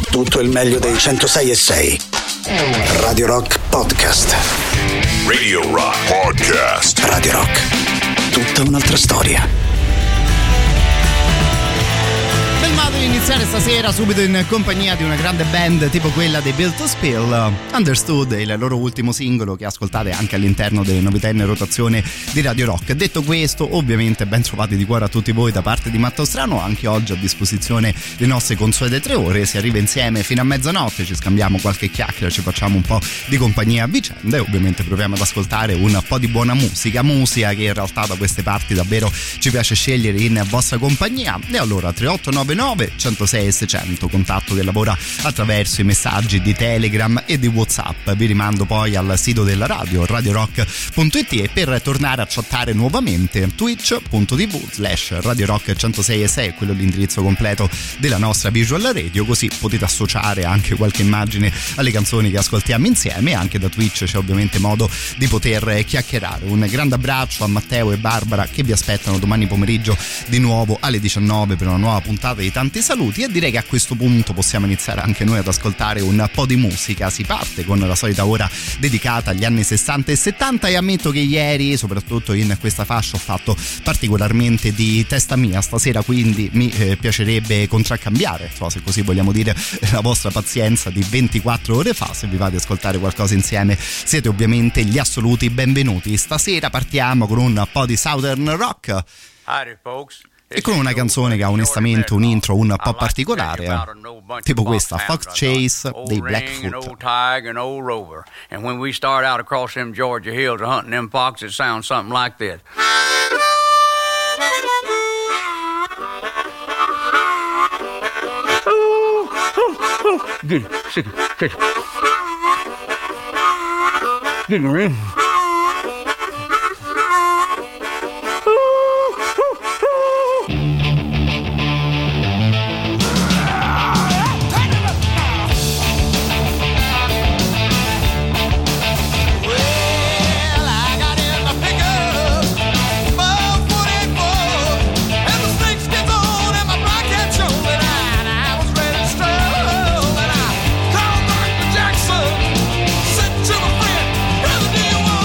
tutto il meglio dei 106.6. Radio Rock Podcast. Radio Rock Podcast. Radio Rock. Tutta un'altra storia. Bel modo di iniziare stasera subito in compagnia di una grande band tipo quella dei Built to Spill. Understood è il loro ultimo singolo che ascoltate anche all'interno delle novità in rotazione di Radio Rock. Detto questo, ovviamente ben trovati di cuore a tutti voi da parte di Matto Strano. Anche oggi a disposizione le nostre consuete 3 ore, si arriva insieme fino a mezzanotte, ci scambiamo qualche chiacchiera, ci facciamo un po' di compagnia a vicenda e ovviamente proviamo ad ascoltare un po' di buona musica che in realtà da queste parti davvero ci piace scegliere in vostra compagnia. E allora 3899 106 600, contatto che lavora attraverso i messaggi di Telegram e di WhatsApp. Vi rimando poi al sito della radio, radiorock.it, e per tornare a chattare nuovamente twitch.tv/Radio Rock 106.6, quello è l'indirizzo completo della nostra visual radio, così potete associare anche qualche immagine alle canzoni che ascoltiamo insieme. Anche da Twitch c'è ovviamente modo di poter chiacchierare. Un grande abbraccio a Matteo e Barbara che vi aspettano domani pomeriggio di nuovo alle 19 per una nuova puntata di Tanti Saluti, e direi che a questo punto possiamo iniziare anche noi ad ascoltare un po' di musica. Si parte con la solita ora dedicata agli anni 60 e 70 e ammetto che ieri, soprattutto in questa fascia, ho fatto particolarmente di testa mia stasera, quindi mi piacerebbe contraccambiare, se così vogliamo dire, la vostra pazienza di 24 ore fa. Se vi va di ascoltare qualcosa insieme siete ovviamente gli assoluti benvenuti. Stasera partiamo con un po' di Southern Rock. Howdy, folks. E con una canzone che ha onestamente un intro un po' particolare, tipo questa, Fox Chase dei Blackfoot. And when we start out across them Georgia hills hunting them fox, it sounds something like this. Get it, sick it, catch it. Get it, in. Jackson, said to my friend, brother, do you want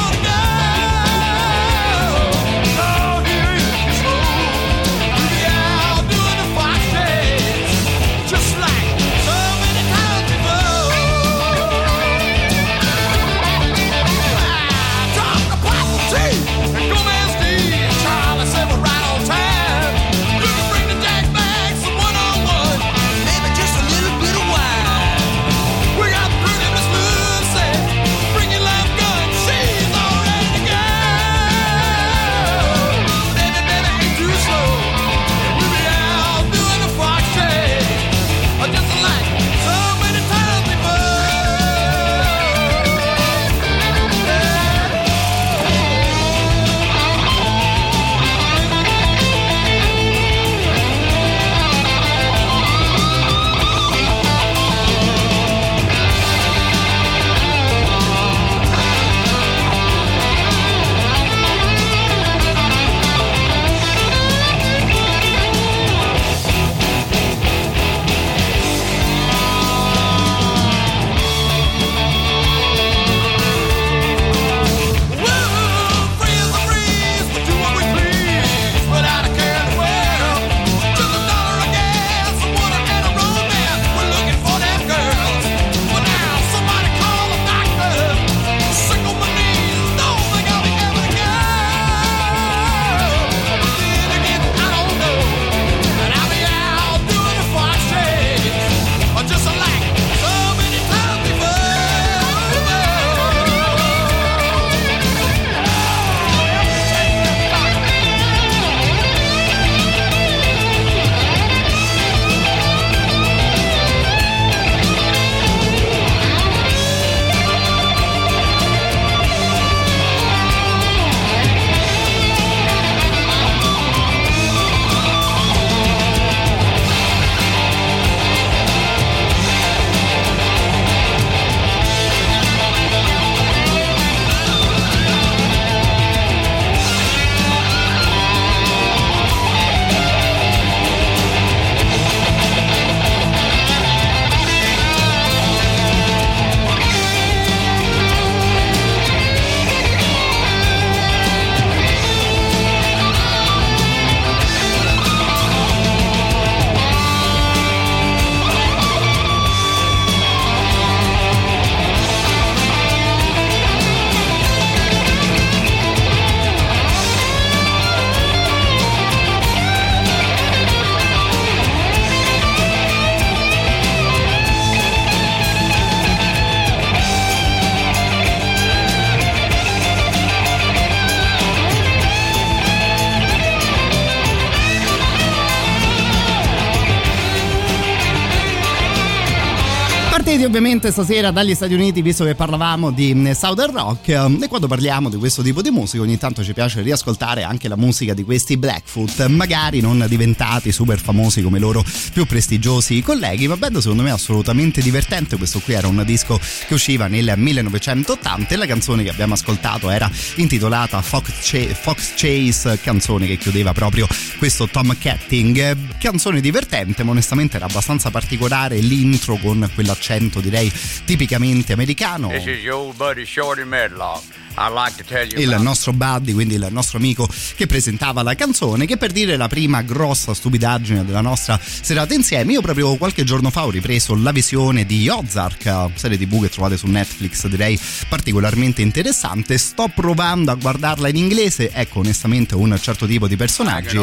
Partiti ovviamente stasera dagli Stati Uniti, visto che parlavamo di Southern Rock, e quando parliamo di questo tipo di musica ogni tanto ci piace riascoltare anche la musica di questi Blackfoot, magari non diventati super famosi come i loro più prestigiosi colleghi, ma band secondo me assolutamente divertente. Questo qui era un disco che usciva nel 1980 e la canzone che abbiamo ascoltato era intitolata Fox Chase, canzone che chiudeva proprio questo Tom Ketting. Canzone divertente, ma onestamente era abbastanza particolare l'intro con quell'accento direi tipicamente americano. This is your old buddy Shorty Medlock. I'd like to tell you Il nostro buddy, quindi il nostro amico che presentava la canzone, che per dire la prima grossa stupidaggine della nostra serata insieme, io proprio qualche giorno fa ho ripreso la visione di Ozark, serie TV che trovate su Netflix, direi particolarmente interessante. Sto provando a guardarla in inglese, ecco, onestamente un certo tipo di personaggi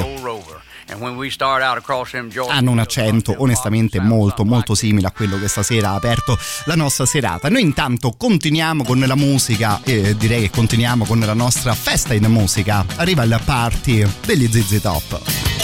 hanno un accento onestamente molto simile a quello che stasera ha aperto la nostra serata. Noi intanto continuiamo con la musica e direi che continuiamo con la nostra festa in musica. Arriva il party degli ZZ Top.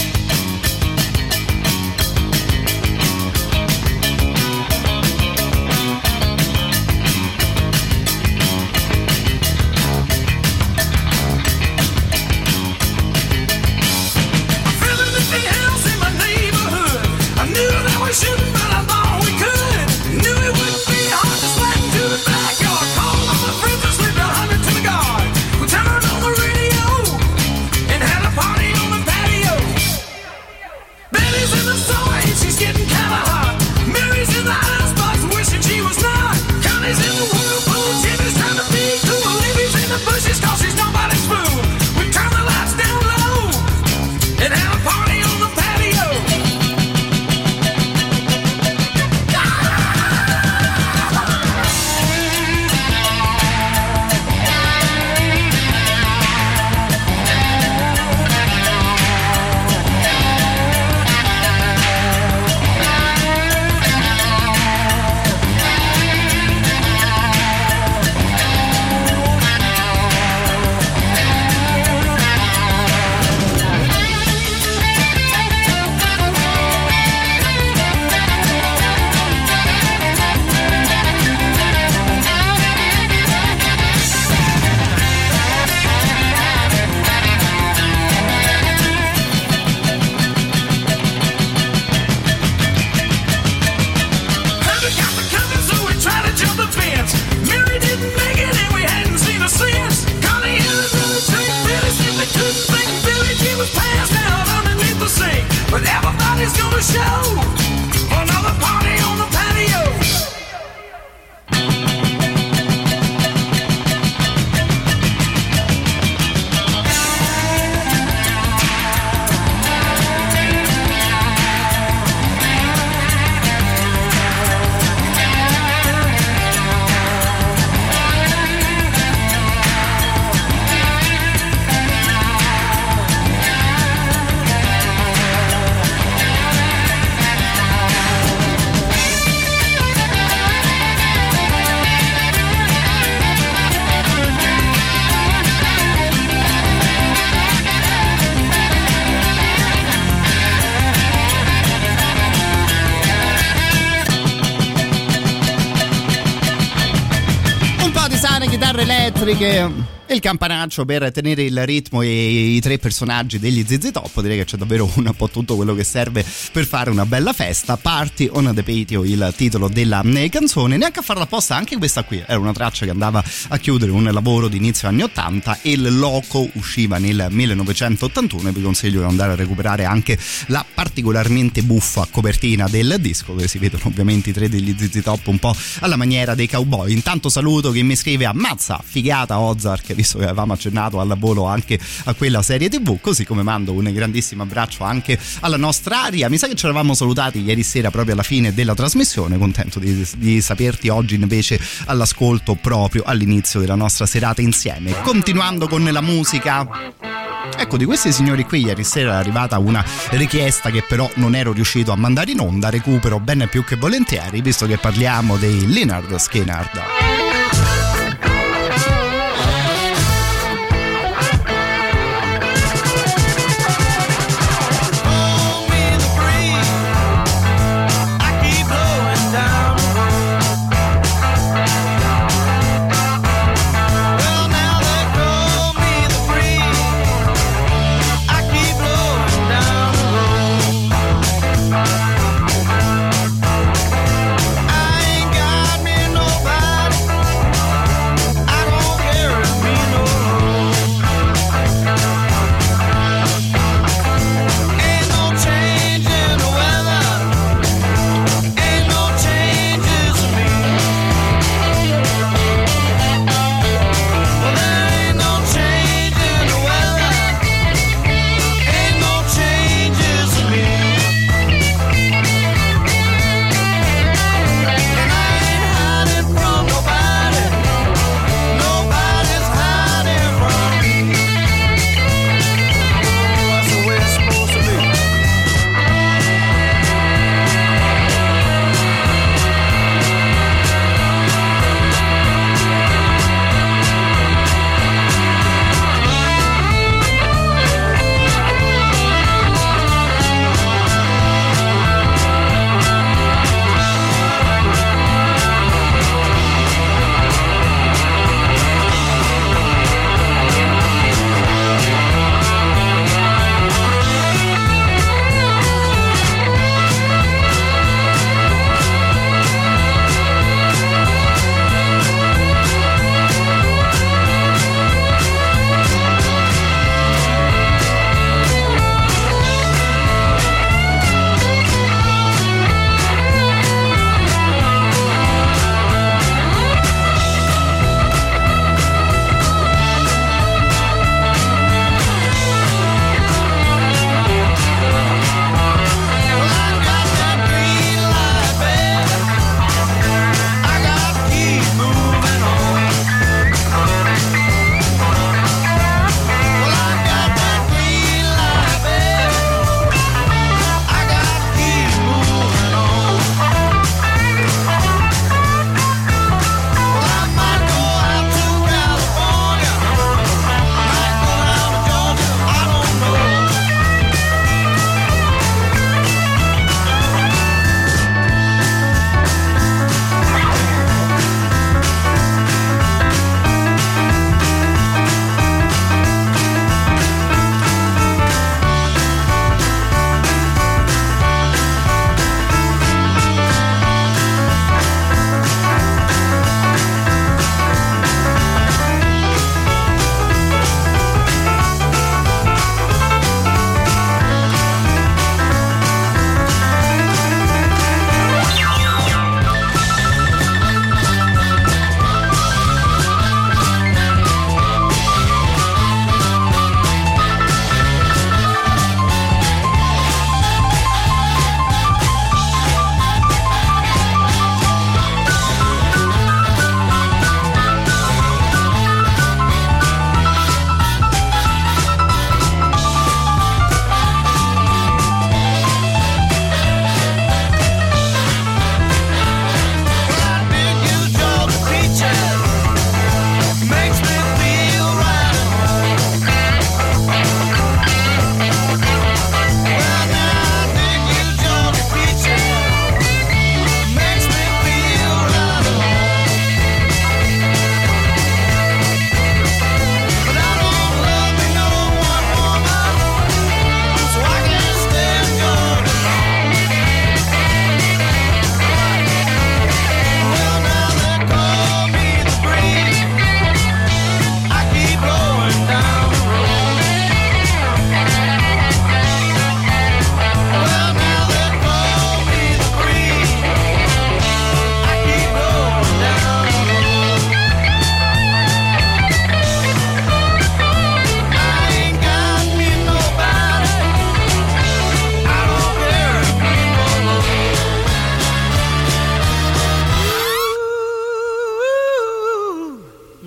Chitarre elettriche e il campanaccio per tenere il ritmo e i tre personaggi degli ZZ Top. Direi che c'è davvero un po' tutto quello che serve per fare una bella festa. Party on the Patio, il titolo della canzone. Neanche a farla apposta, anche questa qui era una traccia che andava a chiudere un lavoro di inizio anni 80 e il Loco usciva nel 1981 e vi consiglio di andare a recuperare anche la particolarmente buffa copertina del disco, dove si vedono ovviamente i tre degli ZZ Top un po' alla maniera dei cowboy. Intanto saluto chi mi scrive: ammazza, figata Ozark, visto che avevamo accennato al volo anche a quella serie TV, così come mando un grandissimo abbraccio anche alla nostra Aria. Mi sa che ci eravamo salutati ieri sera proprio alla fine della trasmissione, contento di saperti oggi invece all'ascolto proprio all'inizio della nostra serata insieme. Continuando con la musica, ecco, di questi signori qui ieri sera è arrivata una richiesta che però non ero riuscito a mandare in onda, recupero ben più che volentieri, visto che parliamo dei Lynyrd Skynyrd.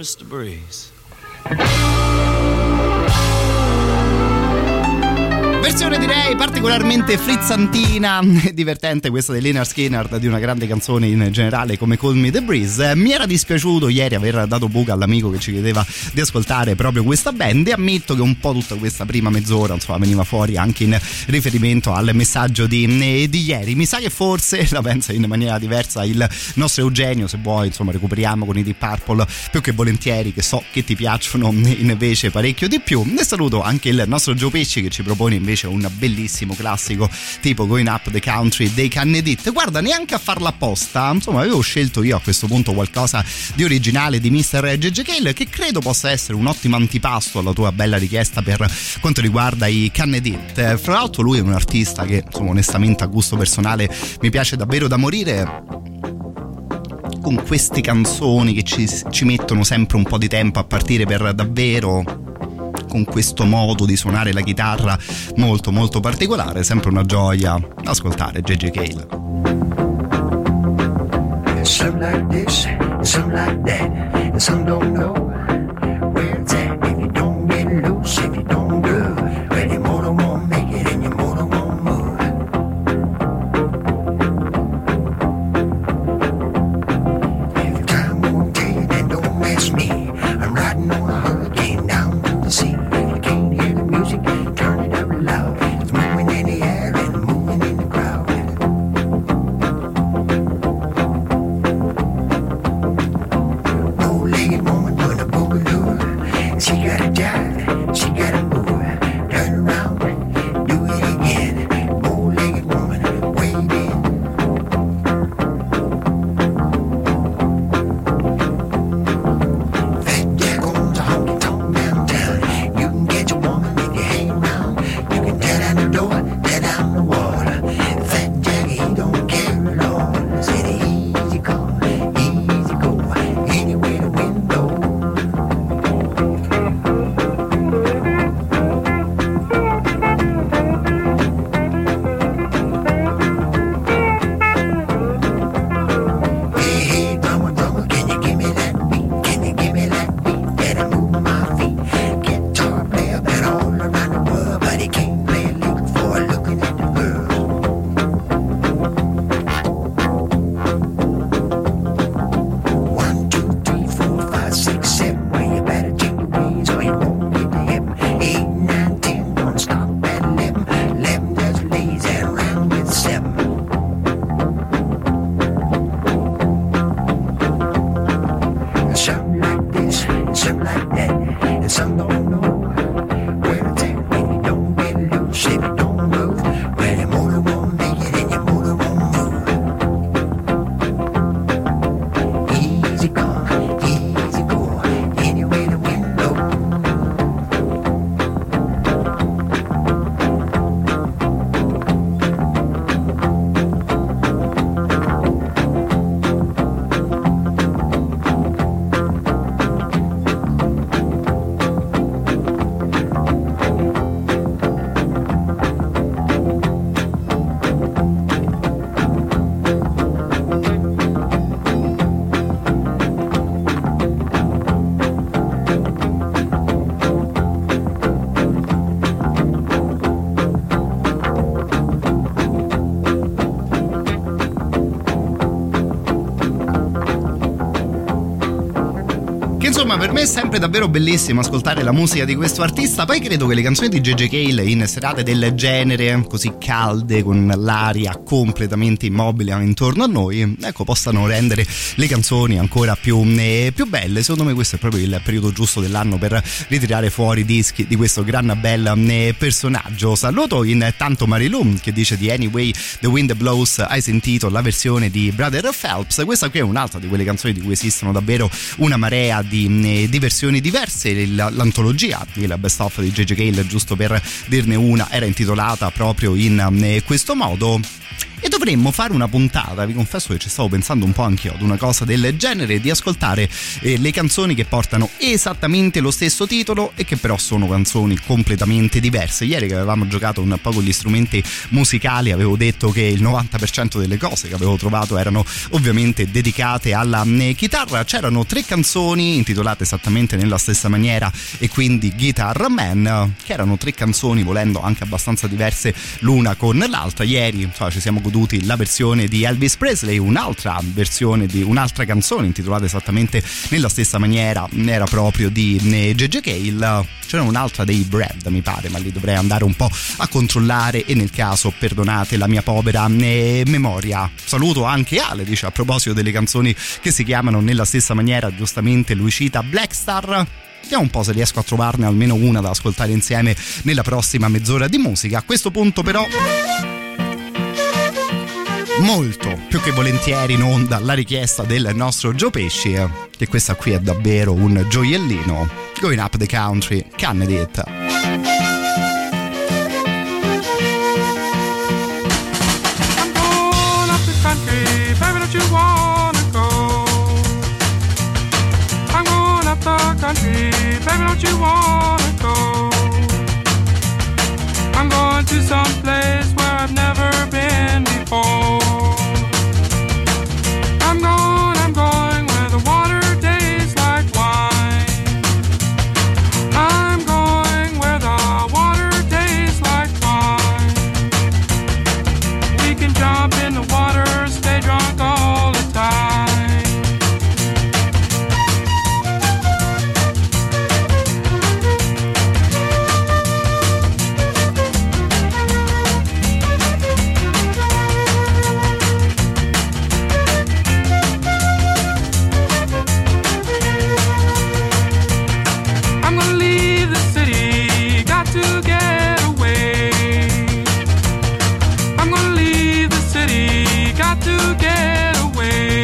Mr. Breeze. Versione direi particolarmente frizzantina e divertente questa di Lynyrd Skynyrd, di una grande canzone in generale come Call Me The Breeze. Mi era dispiaciuto ieri aver dato buca all'amico che ci chiedeva di ascoltare proprio questa band, e ammetto che un po' tutta questa prima mezz'ora insomma veniva fuori anche in riferimento al messaggio di ieri. Mi sa che forse la pensa in maniera diversa il nostro Eugenio. Se vuoi insomma recuperiamo con i Deep Purple più che volentieri, che so che ti piacciono invece parecchio di più. Ne saluto anche il nostro Joe Pesci, che ci propone invece un bellissimo classico tipo Going Up the Country dei Cannedit. Guarda, neanche a farla apposta, insomma avevo scelto io a questo punto qualcosa di originale di Mr. J.J. Cale, che credo possa essere un ottimo antipasto alla tua bella richiesta per quanto riguarda i Cannedit. Fra l'altro lui è un artista che insomma onestamente a gusto personale mi piace davvero da morire, con queste canzoni che ci mettono sempre un po' di tempo a partire per davvero, con questo modo di suonare la chitarra molto molto particolare. Sempre una gioia ascoltare J.J. Cale. Some like this, some like that, and some don't know where it's at. If you don't get loose, if you don't groove, well, your motor won't make it and your motor won't move. If time won't tell you, then don't ask me. I'm riding on a hurricane down to the sea. If you can't hear the music, turn it up loud. It's moving in the air and moving in the crowd. Bow-legged woman with a boogaloo. She got a jive, she got a move. Turn around, do it again. Bow-legged woman, wade in. Fat Jack owns a honky-tonk downtown. You can get your woman if you hang around. You can tear down the door, tear down the wall. Fat Jack, he don't care at all. Said easy come, easy go, anywhere the wind blows. Hey, hey, drummer, drummer, can you give me that beat? Can you give me that beat? That I move my feet. Guitar player been all around the world, but he can't play a lick for looking at the girl. 1, 2, 3, 4, 5, 6, 7. Well, you better take the reins or you won't get the hip. 8, 9, 10, don't stop at 11. 11, there's lazy and round with 7. Some like this, and some like that, and some don't know where it's at. If you don't get loose, if you don't move, well, your motor won't make it and your motor won't move. Easy come, easy go, anywhere the wind blows. Che insomma per me è sempre davvero bellissimo ascoltare la musica di questo artista. Poi credo che le canzoni di J.J. Cale in serate del genere, così calde, con l'aria completamente immobile intorno a noi, ecco, possano rendere le canzoni ancora più belle. Secondo me questo è proprio il periodo giusto dell'anno per ritirare fuori dischi di questo gran bel personaggio. Saluto intanto Marilu che dice di Anyway The Wind Blows hai sentito la versione di Brother Phelps. Questa qui è un'altra di quelle canzoni di cui esistono davvero una marea di versioni diverse. L'antologia, il best of di J.J. Cale, giusto per dirne una, era intitolata proprio in questo modo. e dovremmo fare una puntata, vi confesso che ci stavo pensando un po' anch'io ad una cosa del genere, di ascoltare le canzoni che portano esattamente lo stesso titolo e che però sono canzoni completamente diverse. Ieri che avevamo giocato un po' con gli strumenti musicali avevo detto che il 90% delle cose che avevo trovato erano ovviamente dedicate alla chitarra. C'erano 3 canzoni intitolate esattamente nella stessa maniera e quindi Guitar Man, che erano 3 canzoni volendo anche abbastanza diverse l'una con l'altra. Ieri ci siamo goduti la versione di Elvis Presley, un'altra versione di un'altra canzone intitolata esattamente nella stessa maniera era proprio di J.J. Cale. C'era un'altra dei Brad mi pare, ma lì dovrei andare un po' a controllare e nel caso perdonate la mia povera memoria. Saluto anche Ale, dice a proposito delle canzoni che si chiamano nella stessa maniera, giustamente lui cita Black Star. Vediamo un po' se riesco a trovarne almeno una da ascoltare insieme nella prossima mezz'ora di musica. A questo punto però molto più che volentieri in onda la richiesta del nostro Joe Pesci, che questa qui è davvero un gioiellino. Going Up the Country, Canned It. Country, baby, don't you wanna go? I'm going up the country, baby, don't you wanna go? I'm going to some place where I've never been before. I'm going where the water tastes like wine. I'm going where the water tastes like wine. We can jump in the water, stay drunk all the time. I'm gonna leave the city, got to get away. I'm gonna leave the city, got to get away.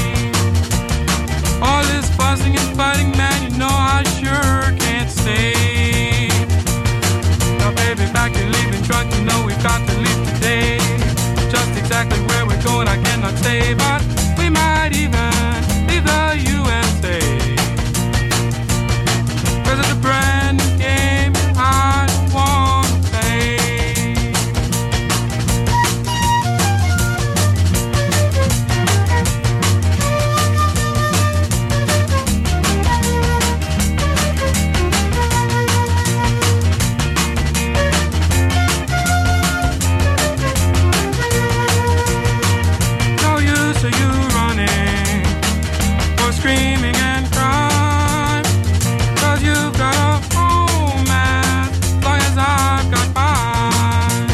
All this fussing and fighting, man, you know I sure can't stay. Now baby, back your leaving truck, you know we've got to leave today. Just exactly where we're going I cannot say, but we might even leave the USA. 'Cause it's a brand new game I don't wanna play. No use of you running or screaming and crying, 'cause you've got a home as long as I've got mine.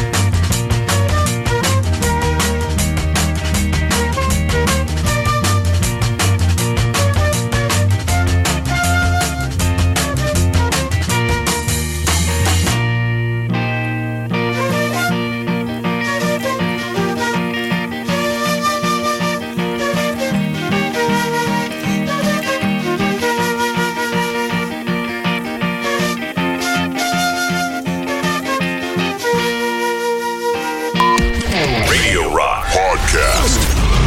Radio Rock Podcast.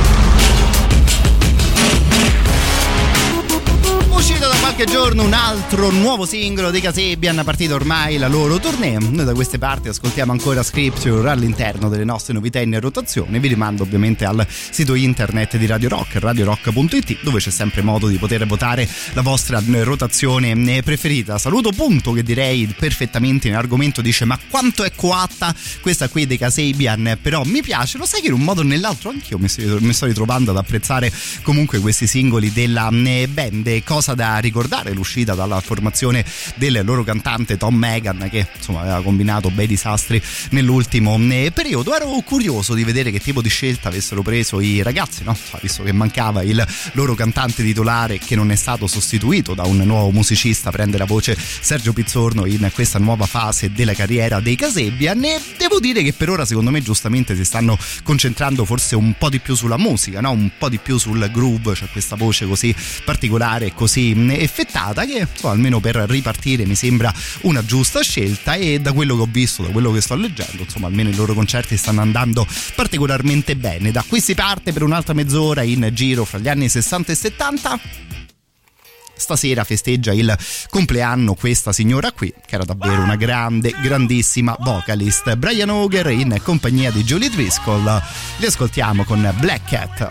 Uscito da qualche giorno un altro nuovo singolo dei Kasabian, partita ormai la loro tournée. Noi da queste parti ascoltiamo ancora Scripture all'interno delle nostre novità in rotazione. Vi rimando ovviamente al sito internet di Radio Rock, radiorock.it, dove c'è sempre modo di poter votare la vostra rotazione preferita. Saluto Punto, che direi perfettamente in argomento, dice: ma quanto è coatta questa qui dei Kasabian, però mi piace. Lo sai che in un modo o nell'altro anch'io mi sto ritrovando ad apprezzare comunque questi singoli della band. Cosa da ricordare l'uscita dalla formazione del loro cantante Tom Megan, che insomma aveva combinato bei disastri nell'ultimo periodo. Ero curioso di vedere che tipo di scelta avessero preso i ragazzi, no? Visto che mancava il loro cantante titolare, che non è stato sostituito da un nuovo musicista, prende la voce Sergio Pizzorno in questa nuova fase della carriera dei Kasabian. E devo dire che per ora secondo me giustamente si stanno concentrando forse un po' di più sulla musica, no? Un po' di più sul groove, cioè questa voce così particolare e così effettata, che insomma, almeno per ripartire mi sembra una giusta scelta, e da quello che ho visto, da quello che sto leggendo, insomma almeno i loro concerti stanno andando particolarmente bene. Da qui si parte per un'altra mezz'ora in giro fra gli anni 60 e 70. Stasera festeggia il compleanno questa signora qui, che era davvero una grandissima vocalist, Brian Auger in compagnia di Julie Driscoll. Li ascoltiamo con Black Cat.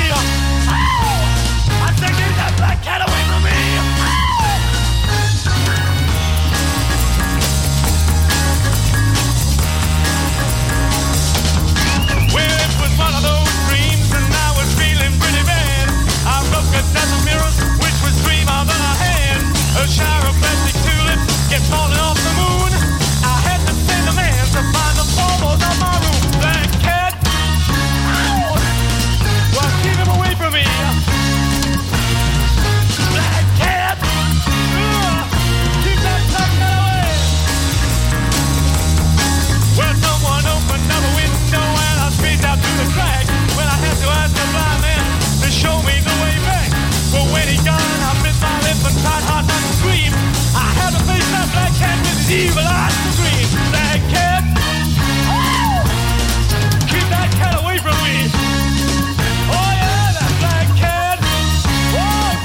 A shower of plastic tulips get falling off the moon. I had to send a man to find the foremost of my room. Black cat, ow! Well, keep him away from me. Black cat, keep that black cat away. Well, someone opened up a window and I squeezed out through the crack. When I had to ask the blind man to show me the way back. But when he gone, I bit my lip and tried hard not to scream. I had to face that black cat with his evil eyes to scream. Black cat, oh! Keep that cat away from me. Oh yeah, that black cat, oh!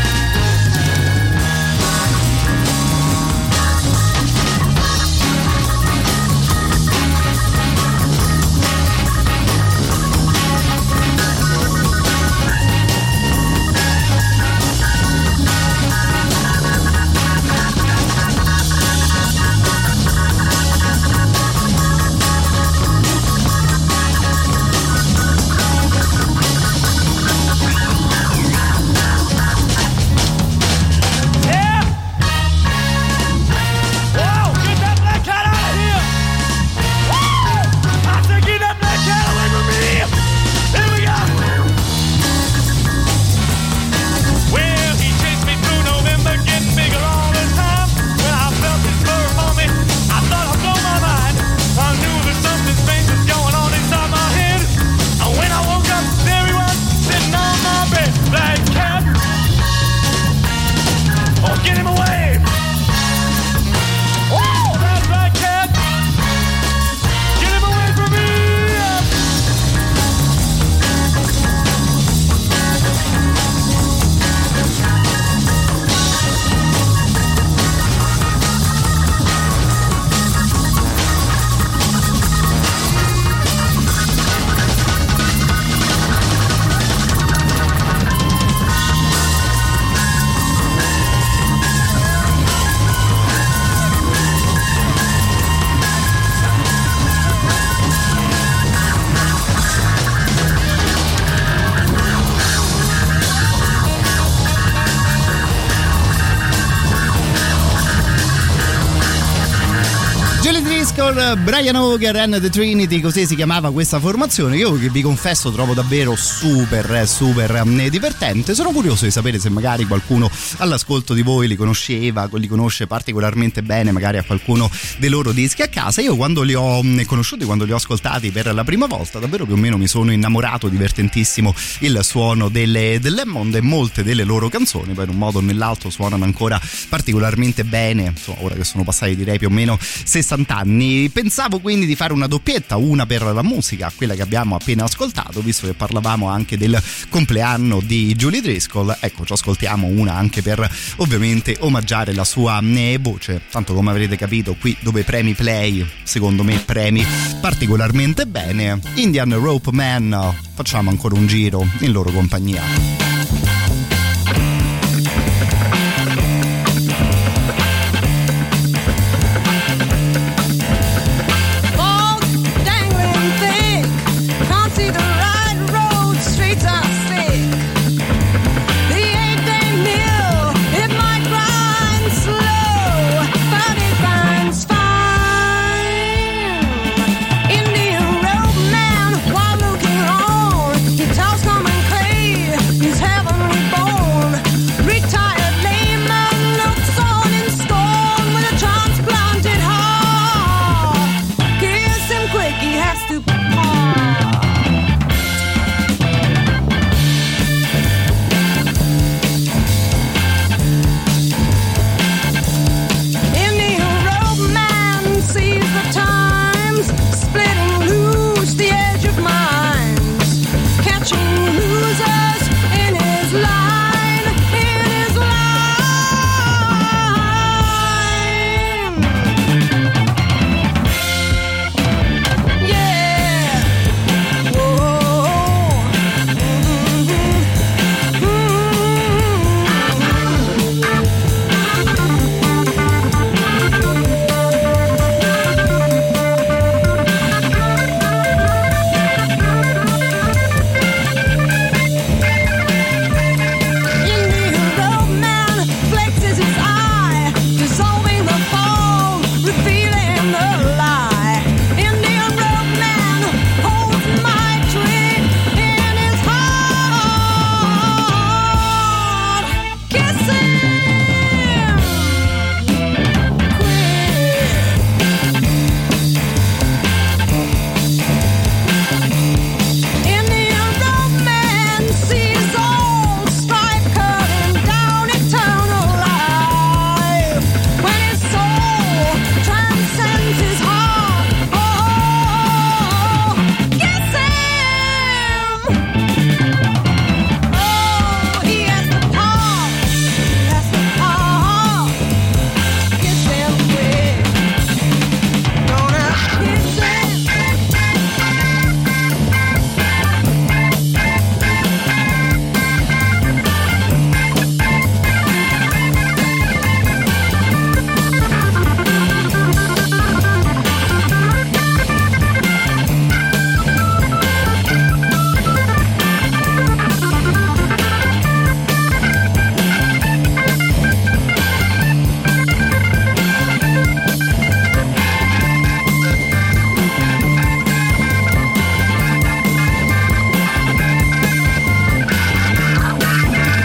Brian Auger and the Trinity, così si chiamava questa formazione, che io, che vi confesso, trovo davvero super divertente. Sono curioso di sapere se magari qualcuno all'ascolto di voi li conosceva, li conosce particolarmente bene, magari a qualcuno dei loro dischi a casa. Io quando li ho conosciuti, quando li ho ascoltati per la prima volta, davvero più o meno mi sono innamorato, divertentissimo il suono delle Lemon, e molte delle loro canzoni poi in un modo o nell'altro suonano ancora particolarmente bene, insomma, ora che sono passati direi più o meno 60 anni. Pensavo quindi di fare una doppietta, una per la musica, quella che abbiamo appena ascoltato, visto che parlavamo anche del compleanno di Julie Driscoll. Ecco, ci ascoltiamo una anche per ovviamente omaggiare la sua voce. Tanto, come avrete capito, qui dove premi play, secondo me premi particolarmente bene. Indian Rope Man, facciamo ancora un giro in loro compagnia. He's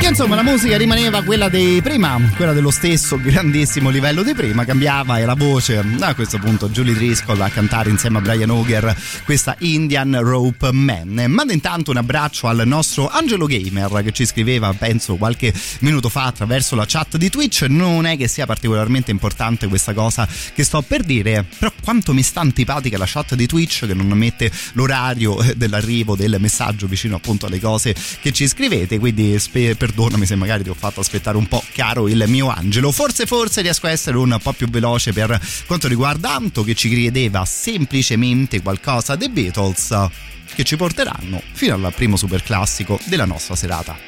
Perché insomma la musica rimaneva quella di prima, quella dello stesso grandissimo livello di prima, cambiava e la voce a questo punto Julie Driscoll a cantare insieme a Brian Auger questa Indian Rope Man. Manda intanto un abbraccio al nostro Angelo Gamer che ci scriveva penso qualche minuto fa attraverso la chat di Twitch. Non è che sia particolarmente importante questa cosa che sto per dire, però quanto mi sta antipatica la chat di Twitch che non mette l'orario dell'arrivo del messaggio vicino appunto alle cose che ci scrivete, quindi perdonami se magari ti ho fatto aspettare un po', caro il mio Angelo. Forse riesco a essere un po' più veloce per quanto riguarda Anto, che ci chiedeva semplicemente qualcosa dei Beatles che ci porteranno fino al primo super classico della nostra serata.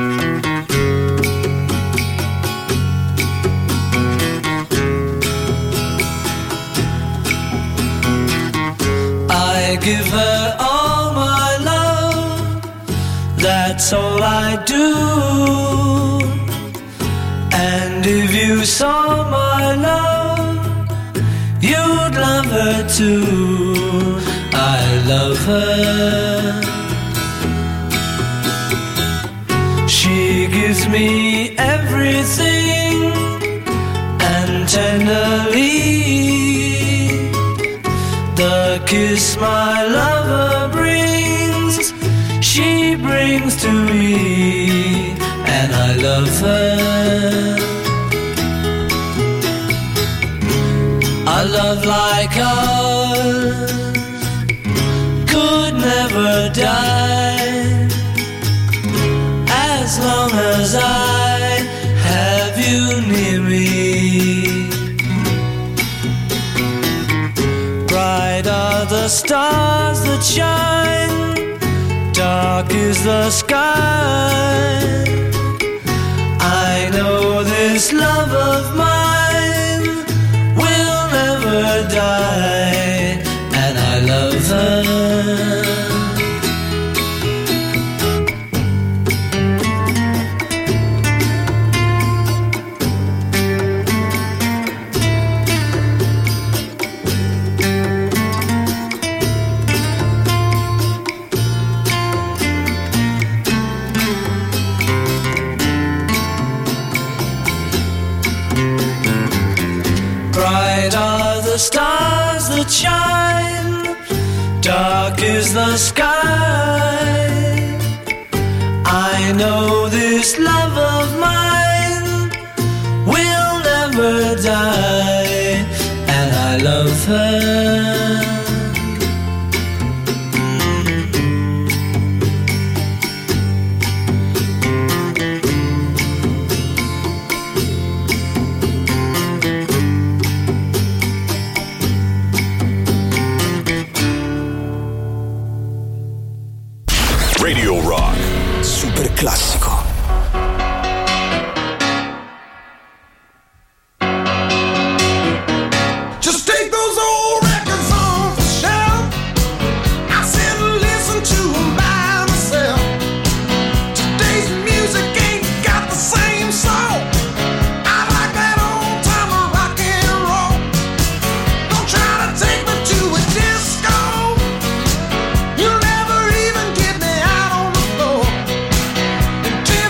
I give her all my love, that's all I do. And if you saw my love, you'd love her too. I love her. She gives me everything, and tenderly the kiss my lover brings, she brings to me, and I love her. A love like ours could never die, as long as I have you near me. Bright are the stars that shine, dark is the sky. I know this love of mine will never die, and I love her. Bright are the stars that shine, dark is the sky. I know this love of mine will never die, and I love her. Radio Rock. Super classico. Just take those old records off the shelf. I sit and listen to them by myself. Today's music ain't got the same soul. I like that old time rock and roll. Don't try to take me to a disco. You'll never even get me out on the floor until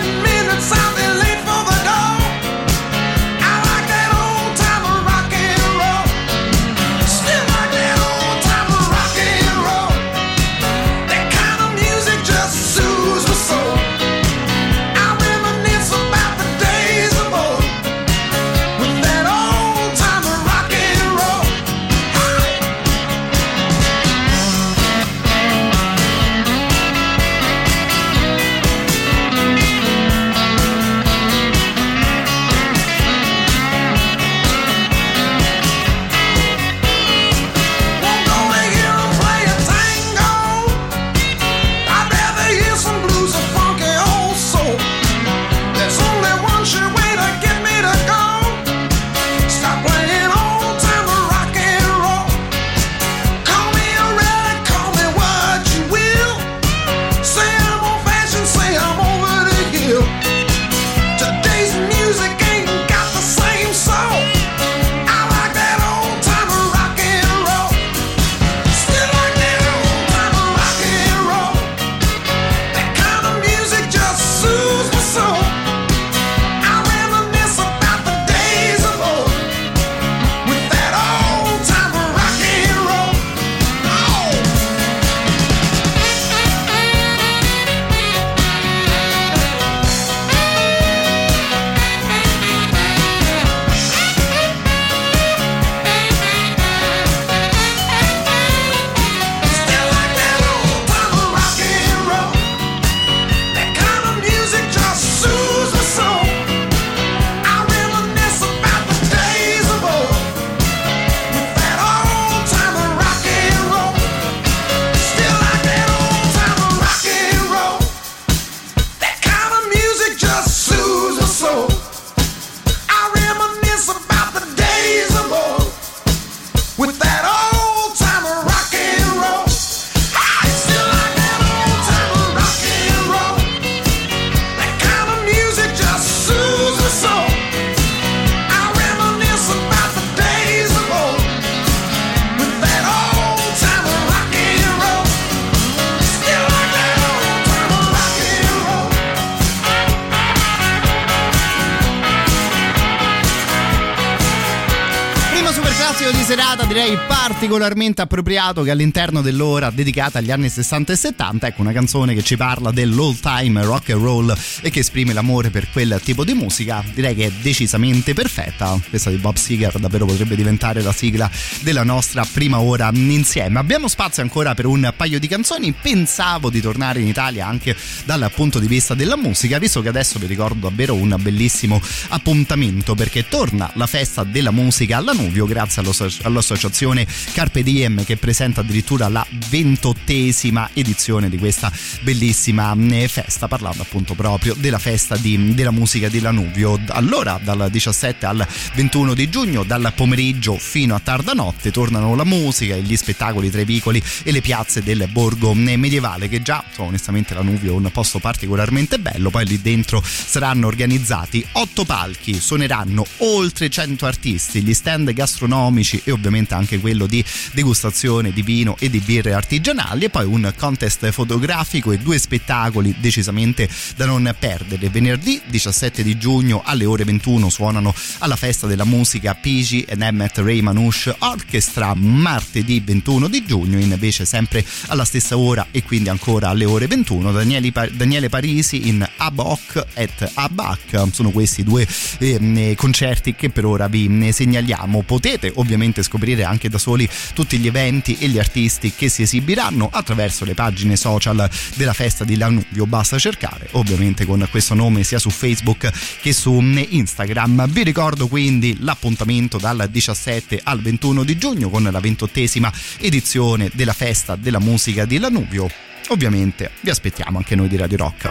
proposito di serata, direi particolarmente appropriato che all'interno dell'ora dedicata agli anni 60 e 70, ecco una canzone che ci parla dell'old time rock and roll e che esprime l'amore per quel tipo di musica, direi che è decisamente perfetta. Questa di Bob Seger davvero potrebbe diventare la sigla della nostra prima ora insieme. Abbiamo spazio ancora per un paio di canzoni. Pensavo di tornare in Italia anche dal punto di vista della musica, visto che adesso vi ricordo davvero un bellissimo appuntamento, perché torna la festa della musica alla Nuvio grazie all'associazione Carpe Diem, che presenta addirittura la 28ª edizione di questa bellissima festa, parlando appunto proprio della festa della musica di Lanuvio. Allora dal 17 al 21 di giugno, dal pomeriggio fino a tarda notte, tornano la musica e gli spettacoli tra i vicoli e le piazze del borgo medievale, che già onestamente Lanuvio è un posto particolarmente bello. Poi lì dentro saranno organizzati 8 palchi, suoneranno oltre 100 artisti, gli stand gastronomici e ovviamente anche quello di degustazione di vino e di birre artigianali, e poi un contest fotografico e 2 spettacoli decisamente da non perdere. Venerdì 17 di giugno alle ore 21 suonano alla festa della musica Pigi e Emmet Ray Manouche Orchestra. Martedì 21 di giugno invece sempre alla stessa ora e quindi ancora alle ore 21 Daniele Parisi in Abok et Abak. Sono questi 2 concerti che per ora vi segnaliamo. Potete ovviamente scoprire anche da soli tutti gli eventi e gli artisti che si esibiranno attraverso le pagine social della festa di Lanuvio, basta cercare ovviamente con questo nome sia su Facebook che su Instagram. Vi ricordo quindi l'appuntamento dal 17 al 21 di giugno con la 28ª edizione della festa della musica di Lanuvio. Ovviamente vi aspettiamo anche noi di Radio Rock.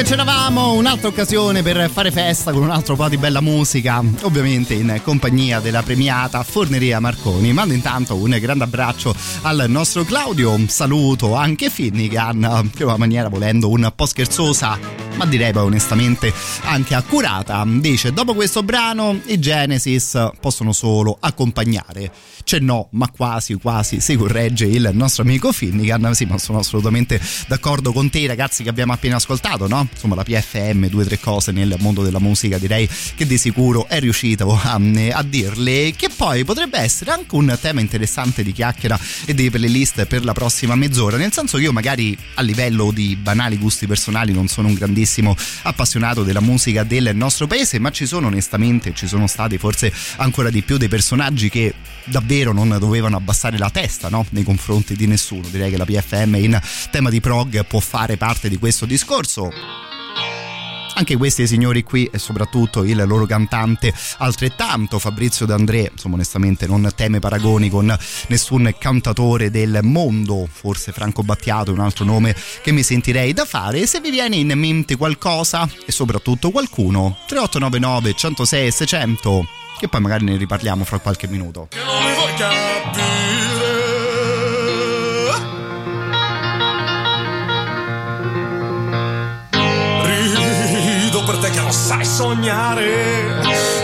c'eravamo, un'altra occasione per fare festa con un altro po' di bella musica, ovviamente in compagnia della premiata Forneria Marconi. Mando intanto un grande abbraccio al nostro Claudio, saluto anche Finnegan, che in una maniera volendo un po' scherzosa, ma direi poi onestamente anche accurata, dice: dopo questo brano i Genesis possono solo accompagnare. C'è no, ma quasi si corregge il nostro amico Finnegan. Sì, ma sono assolutamente d'accordo con te, ragazzi, che abbiamo appena ascoltato, no? Insomma, la PFM, 2 o 3 cose nel mondo della musica direi che di sicuro è riuscito a dirle, che poi potrebbe essere anche un tema interessante di chiacchiera e di playlist per la prossima mezz'ora, nel senso che io magari a livello di banali gusti personali non sono un grandissimo appassionato della musica del nostro paese, ma ci sono stati forse ancora di più dei personaggi che davvero non dovevano abbassare la testa, no? Nei confronti di nessuno. Direi che la PFM in tema di prog può fare parte di questo discorso. Anche questi signori qui, e soprattutto il loro cantante altrettanto, Fabrizio D'André, insomma onestamente non teme paragoni con nessun cantatore del mondo, forse Franco Battiato è un altro nome che mi sentirei da fare. Se vi viene in mente qualcosa e soprattutto qualcuno, 3899 106 600, che poi magari ne riparliamo fra qualche minuto. Che non mi vuoi capire, rido per te che non sai sognare,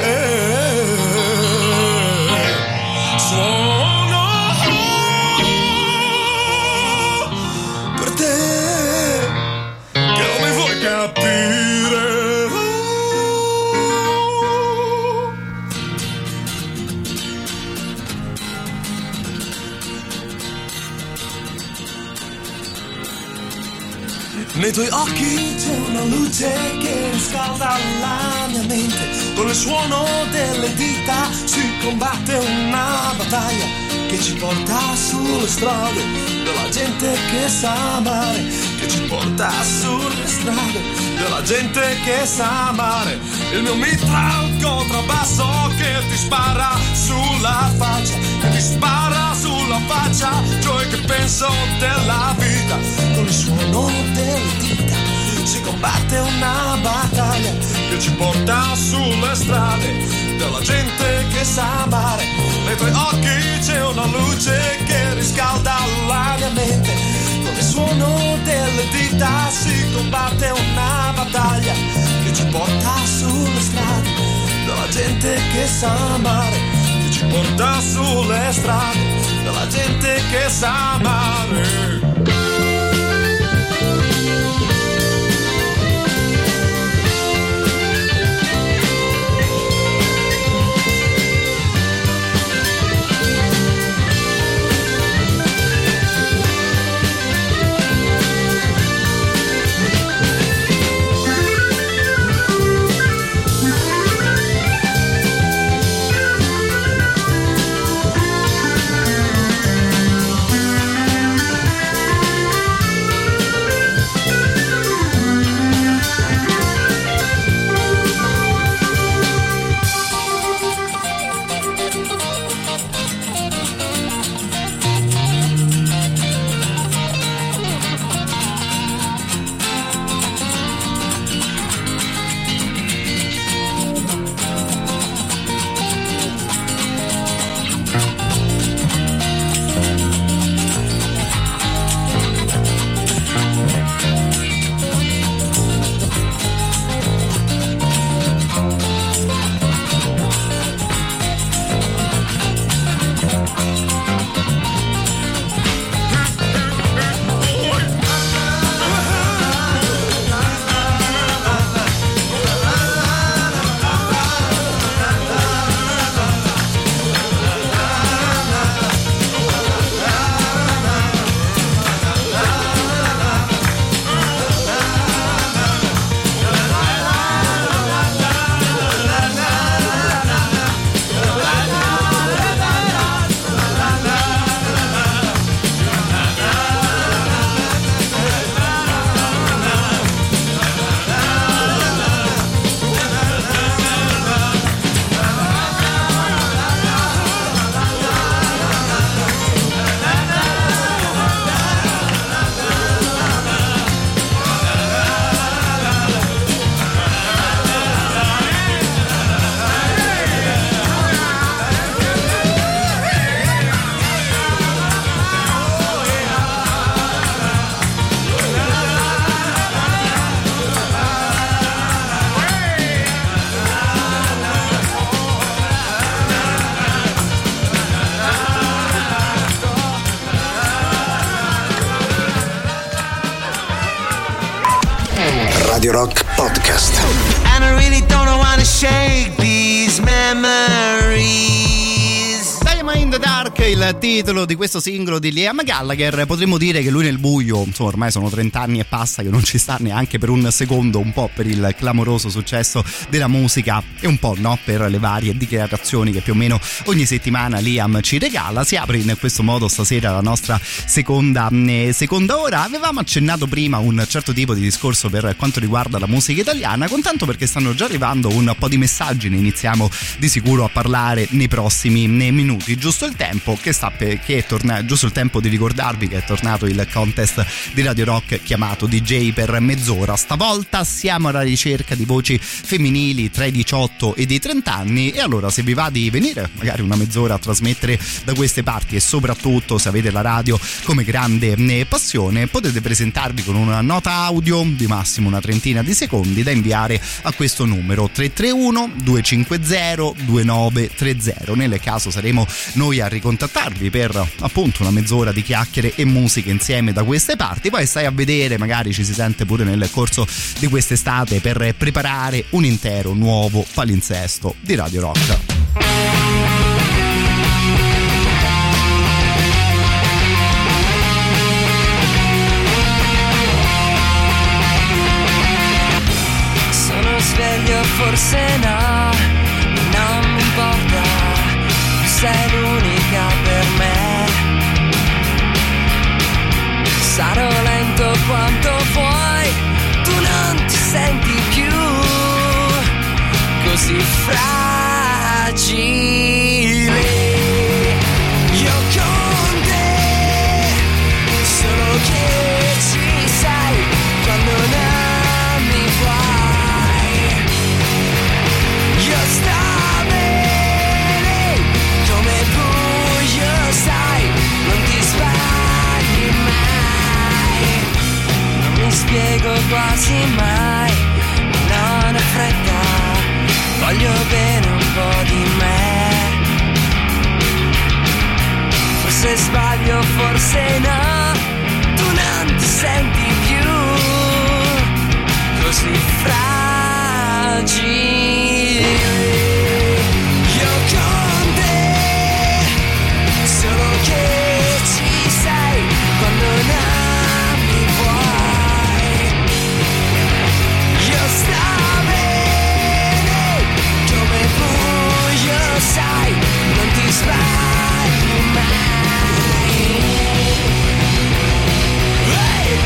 suono per te che non mi vuoi capire. Nei tuoi occhi c'è una luce che riscalda la mia mente, con il suono delle dita si combatte una battaglia che ci porta sulle strade della gente che sa amare, che ci porta sulle strade della gente che sa amare. Il mio mitra al contrabbasso che ti spara sulla faccia, che ti spara sulla faccia, cioè che penso della vita. Con il suono delle dita si combatte una battaglia che ci porta sulle strade della gente che sa amare. Nei tuoi occhi c'è una luce che riscalda la mia mente, con il suono delle dita si combatte una battaglia che ci porta sulle strade della gente che sa amare, che ci porta sulle strade della gente che sa amare. Radio Rock Podcast. And I really don't wanna shake these memories. Diamond in the Dark, il titolo di questo singolo di Liam Gallagher. Potremmo dire che lui nel buio, insomma, ormai sono 30 anni e passa che non ci sta neanche per un secondo, un po' per il clamoroso successo della musica e un po', no, per le varie dichiarazioni che più o meno ogni settimana Liam ci regala. Si apre in questo modo stasera la nostra seconda ora. Avevamo accennato prima un certo tipo di discorso per quanto riguarda la musica italiana, contanto perché stanno già arrivando un po' di messaggi, ne iniziamo di sicuro a parlare nei prossimi minuti. Giusto il tempo giusto il tempo di ricordarvi che è tornato il contest di Radio Rock chiamato DJ per mezz'ora. Stavolta siamo alla ricerca di voci femminili tra i 18 e i 30 anni, e allora se vi va di venire magari una mezz'ora a trasmettere da queste parti, e soprattutto se avete la radio come grande passione, potete presentarvi con una nota audio di massimo una trentina di secondi da inviare a questo numero 331 250 2930. Nel caso saremo noi a ricontattarvi per appunto una mezz'ora di chiacchiere e musica insieme da queste parti. Poi stai a vedere, magari ci si sente pure nel corso di quest'estate per preparare un intero nuovo palinsesto di Radio Rock. Sono sveglio, forse no, non mi importa, tu sei l'unica per me. Sarò lento quanto vuoi, tu non ti senti più così fragile. Io con te, solo che ci sei quando non mi vuoi. Io sto bene, come buio sai, non ti sbagli mai. Non mi spiego quasi mai, non ho fretta, voglio bene un po' di me. Forse sbaglio, forse no, tu non ti senti più così fragile. Io con te, solo che ci sei quando non mi vuoi. Io sto bene, come buio sai, non ti sbagli mai. Hey!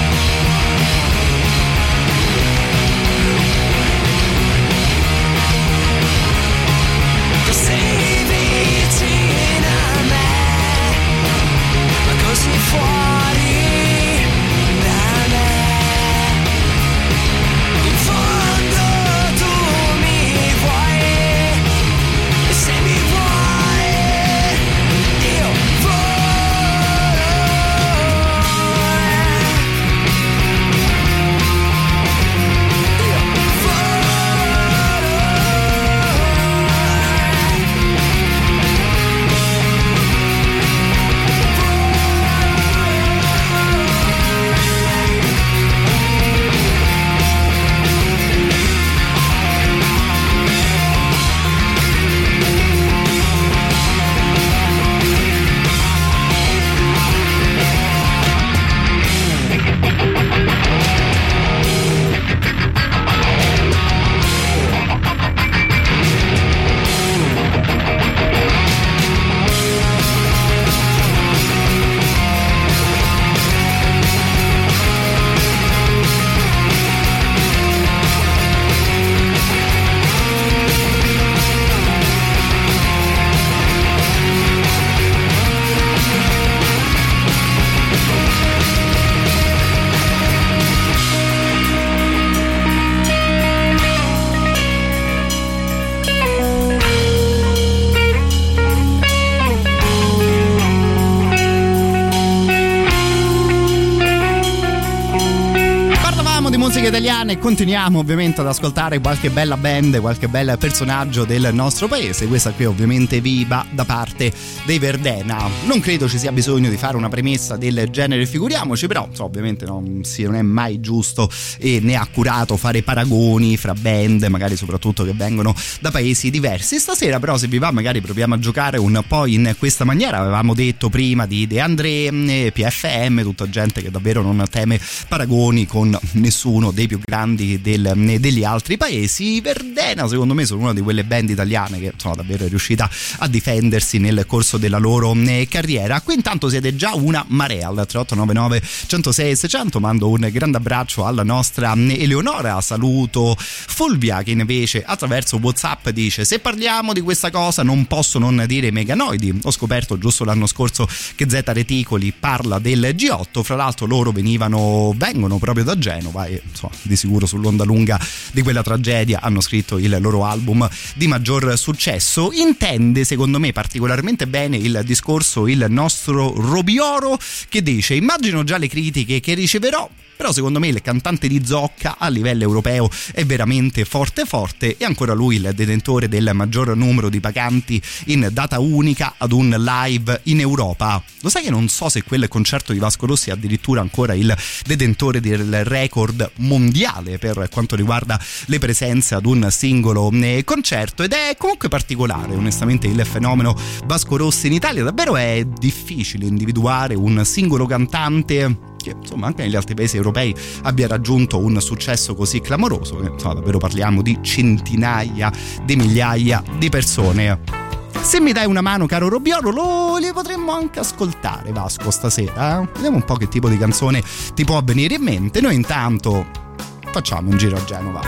musica italiana e continuiamo ovviamente ad ascoltare qualche bella band, qualche bel personaggio del nostro paese. Questa qui ovviamente viva da parte dei Verdena. Non credo ci sia bisogno di fare una premessa del genere, figuriamoci, però ovviamente non è mai giusto e né accurato fare paragoni fra band, magari soprattutto che vengono da paesi diversi. Stasera però, se vi va, magari proviamo a giocare un po' in questa maniera. Avevamo detto prima di De André, PFM, tutta gente che davvero non teme paragoni con nessuno dei più grandi degli altri paesi. Verdena secondo me sono una di quelle band italiane che sono davvero riuscita a difendersi nel corso della loro carriera. Qui intanto siete già una marea al 3899 106 600. Mando un grande abbraccio alla nostra Eleonora, saluto Fulvia che invece attraverso WhatsApp dice: se parliamo di questa cosa non posso non dire i Meganoidi. Ho scoperto giusto l'anno scorso che Zeta Reticoli parla del G8, fra l'altro loro vengono proprio da Genova e insomma, di sicuro sull'onda lunga di quella tragedia hanno scritto il loro album di maggior successo. Intende secondo me particolarmente bene il discorso il nostro Robioro, che dice: immagino già le critiche che riceverò, però secondo me il cantante di Zocca a livello europeo è veramente forte e ancora lui il detentore del maggior numero di paganti in data unica ad un live in Europa. Lo sai che non so se quel concerto di Vasco Rossi è addirittura ancora il detentore del record mondiale per quanto riguarda le presenze ad un singolo concerto, ed è comunque particolare onestamente il fenomeno Vasco Rossi in Italia. Davvero è difficile individuare un singolo cantante che insomma anche negli altri paesi europei abbia raggiunto un successo così clamoroso, che insomma davvero parliamo di centinaia di migliaia di persone. Se mi dai una mano, caro Robiolo, li potremmo anche ascoltare, Vasco, stasera. Vediamo un po' che tipo di canzone ti può venire in mente. Noi intanto facciamo un giro a Genova.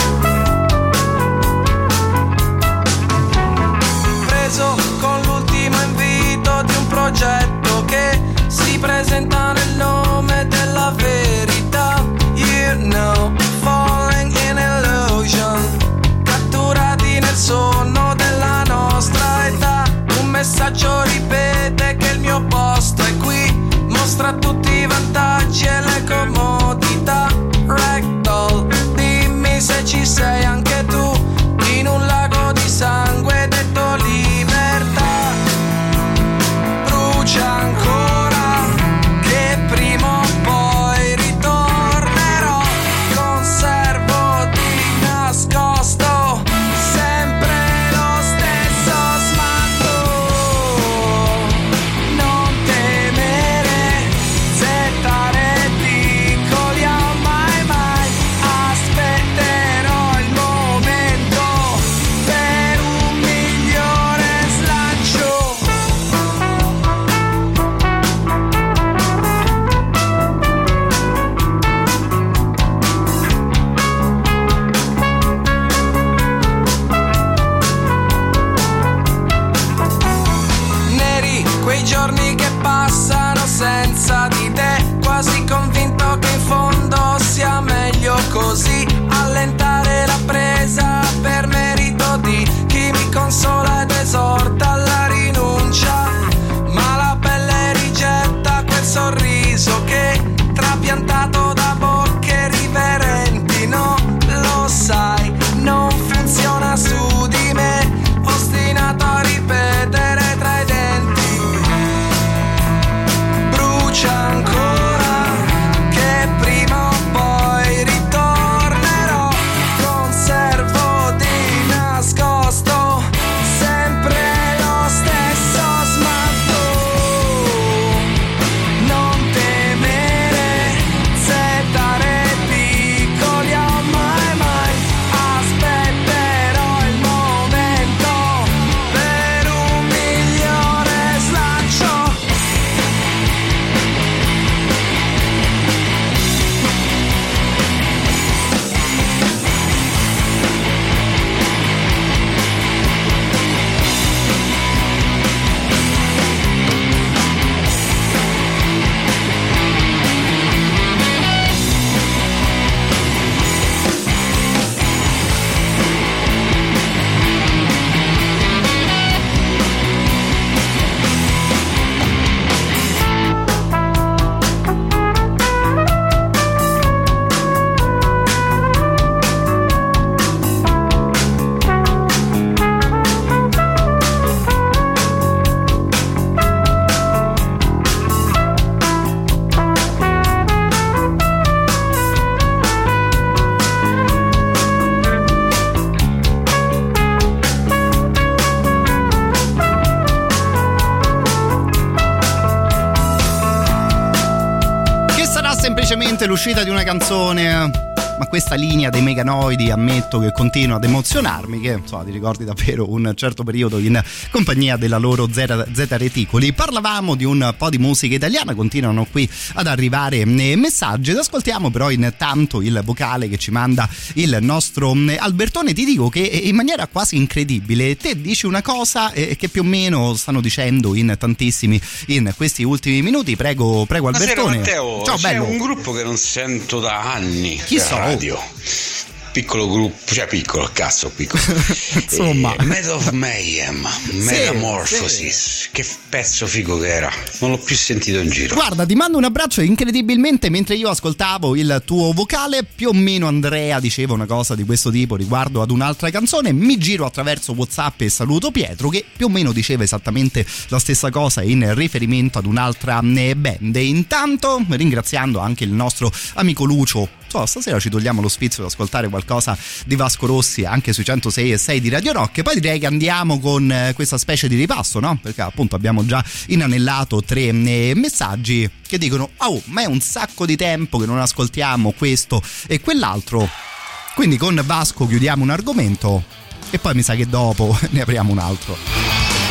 Preso con l'ultimo invito di un progetto che si presenta nel nome della verità. You know, falling in illusion, catturati nel sonno della nostra età. Un messaggio ripete che il mio posto è qui, mostra tutti i vantaggi e le comodità. Ragdoll, dimmi se ci sei anche tu, in un lago di sangue detto libertà. Brucia ancora, che prima o poi ritornerò, conservo di nascosto sempre lo stesso smalto. Non temere, Zeta Reticoli, mai mai aspetterò il momento per un migliore slancio. Neri quei giorni che passano senza di te, quasi convinto che in fondo sia meglio così, allentare la presa per merito di chi mi consola ed esorta alla rinuncia, ma la pelle rigetta quel sorriso che trapiantato da bocche riverenti. No, lo sai, non funziona su di me, ostinato a ripetere tra i denti. Brucia ancora, che prima o poi ritornerò, conservo di nascosto sempre semplicemente l'uscita di una canzone, ma questa linea dei Meganoidi ammetto che continua ad emozionarmi, che insomma ti ricordi davvero un certo periodo in compagnia della loro Z Reticoli. Parlavamo di un po' di musica italiana, continuano qui ad arrivare messaggi ed ascoltiamo però intanto il vocale che ci manda il nostro Albertone. Ti dico che in maniera quasi incredibile te dici una cosa che più o meno stanno dicendo in tantissimi in questi ultimi minuti. Prego Albertone. Matteo, ciao, c'è bello. un gruppo che non sento da anni. Chi so? Radio. Piccolo gruppo, cioè piccolo. Insomma, Method of Mayhem, Metamorphosis, sì. Che pezzo figo che era, non l'ho più sentito in giro. Guarda, ti mando un abbraccio. Incredibilmente mentre io ascoltavo il tuo vocale, più o meno Andrea diceva una cosa di questo tipo riguardo ad un'altra canzone. Mi giro attraverso WhatsApp e saluto Pietro che più o meno diceva esattamente la stessa cosa in riferimento ad un'altra band. E intanto ringraziando anche il nostro amico Lucio. Stasera ci togliamo lo sfizio di ascoltare qualcosa di Vasco Rossi anche sui 106.6 di Radio Rock, e poi direi che andiamo con questa specie di ripasso, no? Perché appunto abbiamo già inanellato 3 messaggi che dicono ma è un sacco di tempo che non ascoltiamo questo e quell'altro, quindi con Vasco chiudiamo un argomento e poi mi sa che dopo ne apriamo un altro.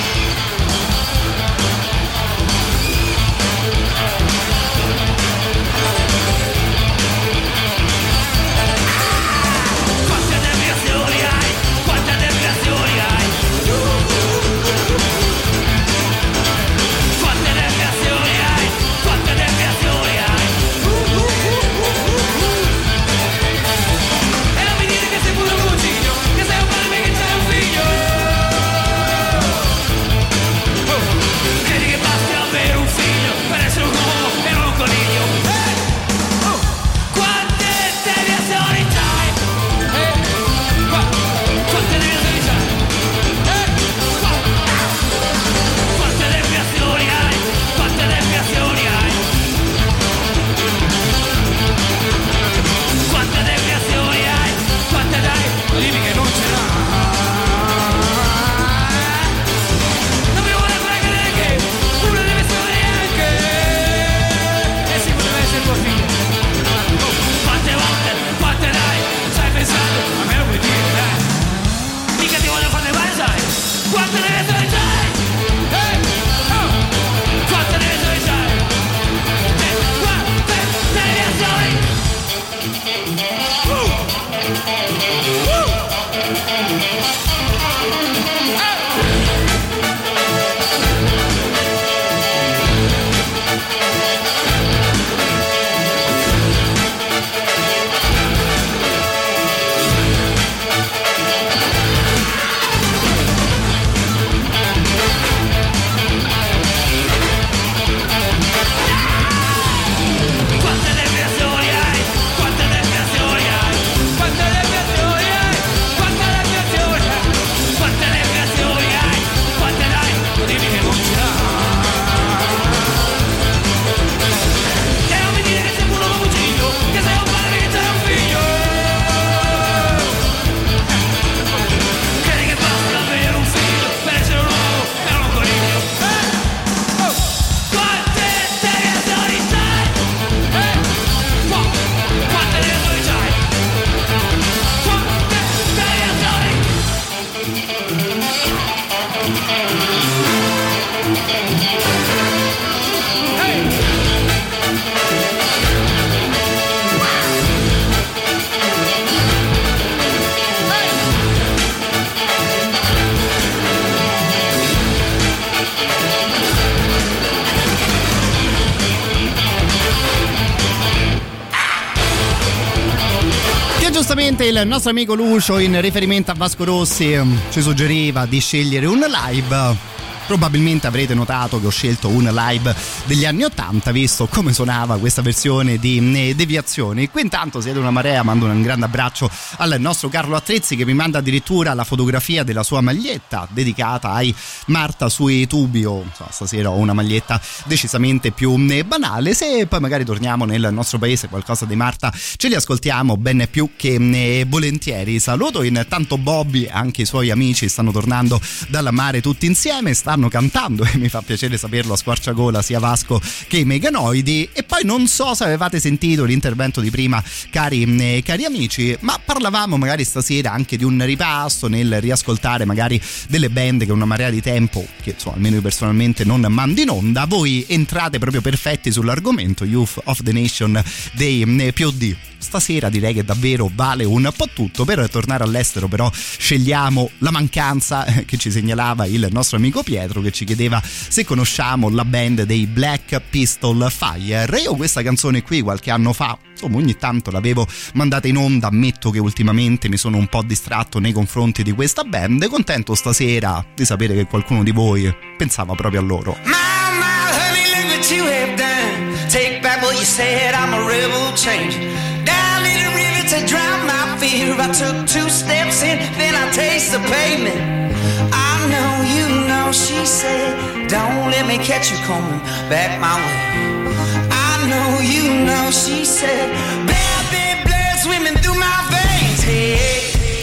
Il nostro amico Lucio in riferimento a Vasco Rossi ci suggeriva di scegliere un live. Probabilmente avrete notato che ho scelto un live degli anni 80, visto come suonava questa versione di Deviazioni. Qui intanto siete una marea, mando un grande abbraccio al nostro Carlo Attrezzi che mi manda addirittura la fotografia della sua maglietta dedicata ai Marta sui tubi. Stasera ho una maglietta decisamente più banale. Se poi magari torniamo nel nostro paese qualcosa di Marta ce li ascoltiamo ben più che volentieri. Saluto intanto Bobby e anche i suoi amici stanno tornando dal mare tutti insieme. Stanno stanno cantando e mi fa piacere saperlo a squarciagola sia Vasco che i Meganoidi. E poi non so se avevate sentito l'intervento di prima, cari amici, ma parlavamo magari stasera anche di un ripasso nel riascoltare magari delle band che una marea di tempo, che insomma almeno io personalmente non mando in onda. Voi entrate proprio perfetti sull'argomento, Youth of the Nation dei POD. Stasera direi che davvero vale un po' tutto. Per tornare all'estero però scegliamo la mancanza che ci segnalava il nostro amico Pietro, che ci chiedeva se conosciamo la band dei Black Pistol Fire. Io questa canzone qui qualche anno fa, insomma, ogni tanto l'avevo mandata in onda. Ammetto che ultimamente mi sono un po' distratto nei confronti di questa band. Contento stasera di sapere che qualcuno di voi pensava proprio a loro. You have done. Take back what you said, I'm a rebel change. Down in the river to drown my fear. I took 2 steps in, then I taste the pavement. I know you know, she said, don't let me catch you coming back my way. I know you know, she said, bad blood swimming through my veins. Hey.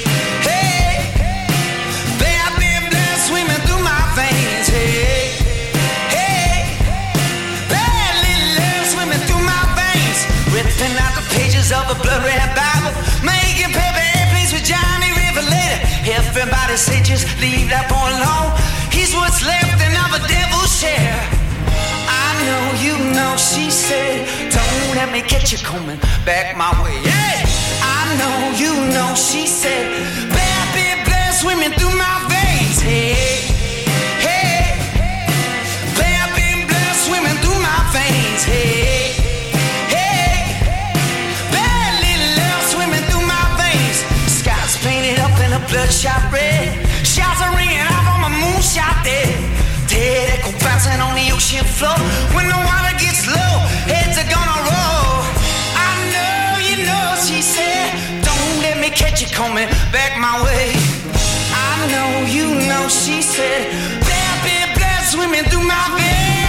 Of a blood red Bible, making paper airplanes with Johnny Riverator. Everybody say just leave that boy alone. He's what's left and of a devil's share. I know you know, she said, don't let me get you coming back my way. Yeah, I know you know, she said, bad blood swimming through my veins. Hey, hey, bad blood swimming through my veins. Hey. Bloodshot red, shots are ringing off on my moonshot there. Dead echo bouncing on the ocean floor. When the water gets low, heads are gonna roll. I know you know, she said, don't let me catch you coming back my way. I know you know, she said, bad blood swimming through my veins.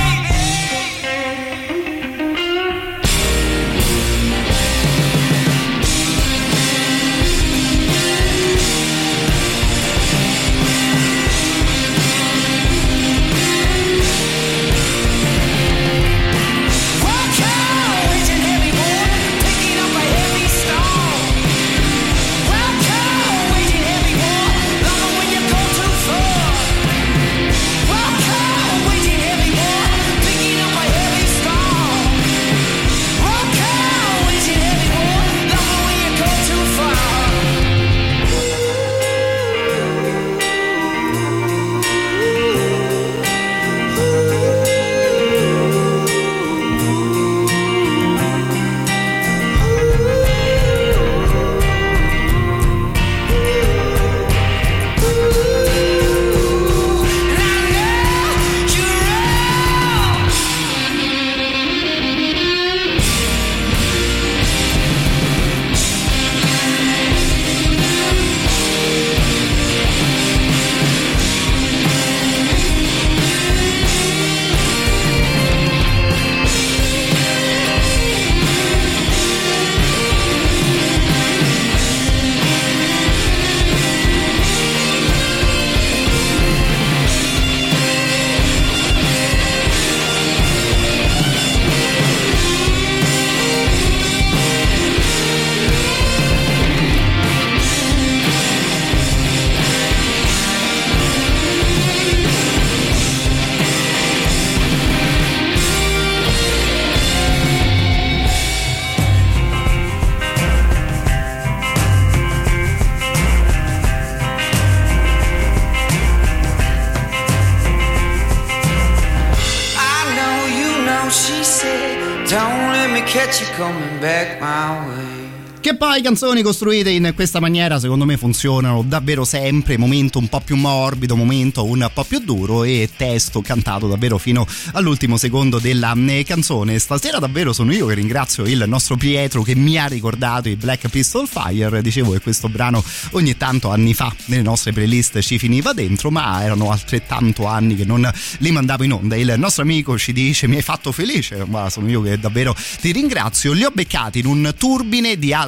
Che poi canzoni costruite in questa maniera secondo me funzionano davvero sempre. Momento un po' più morbido, momento un po' più duro e testo cantato davvero fino all'ultimo secondo della canzone. Stasera davvero sono io che ringrazio il nostro Pietro che mi ha ricordato i Black Pistol Fire. Dicevo che questo brano ogni tanto anni fa nelle nostre playlist ci finiva dentro, ma erano altrettanto anni che non li mandavo in onda. Il nostro amico ci dice: mi hai fatto felice. Ma sono io che davvero ti ringrazio. Li ho beccati in un turbine di Alfa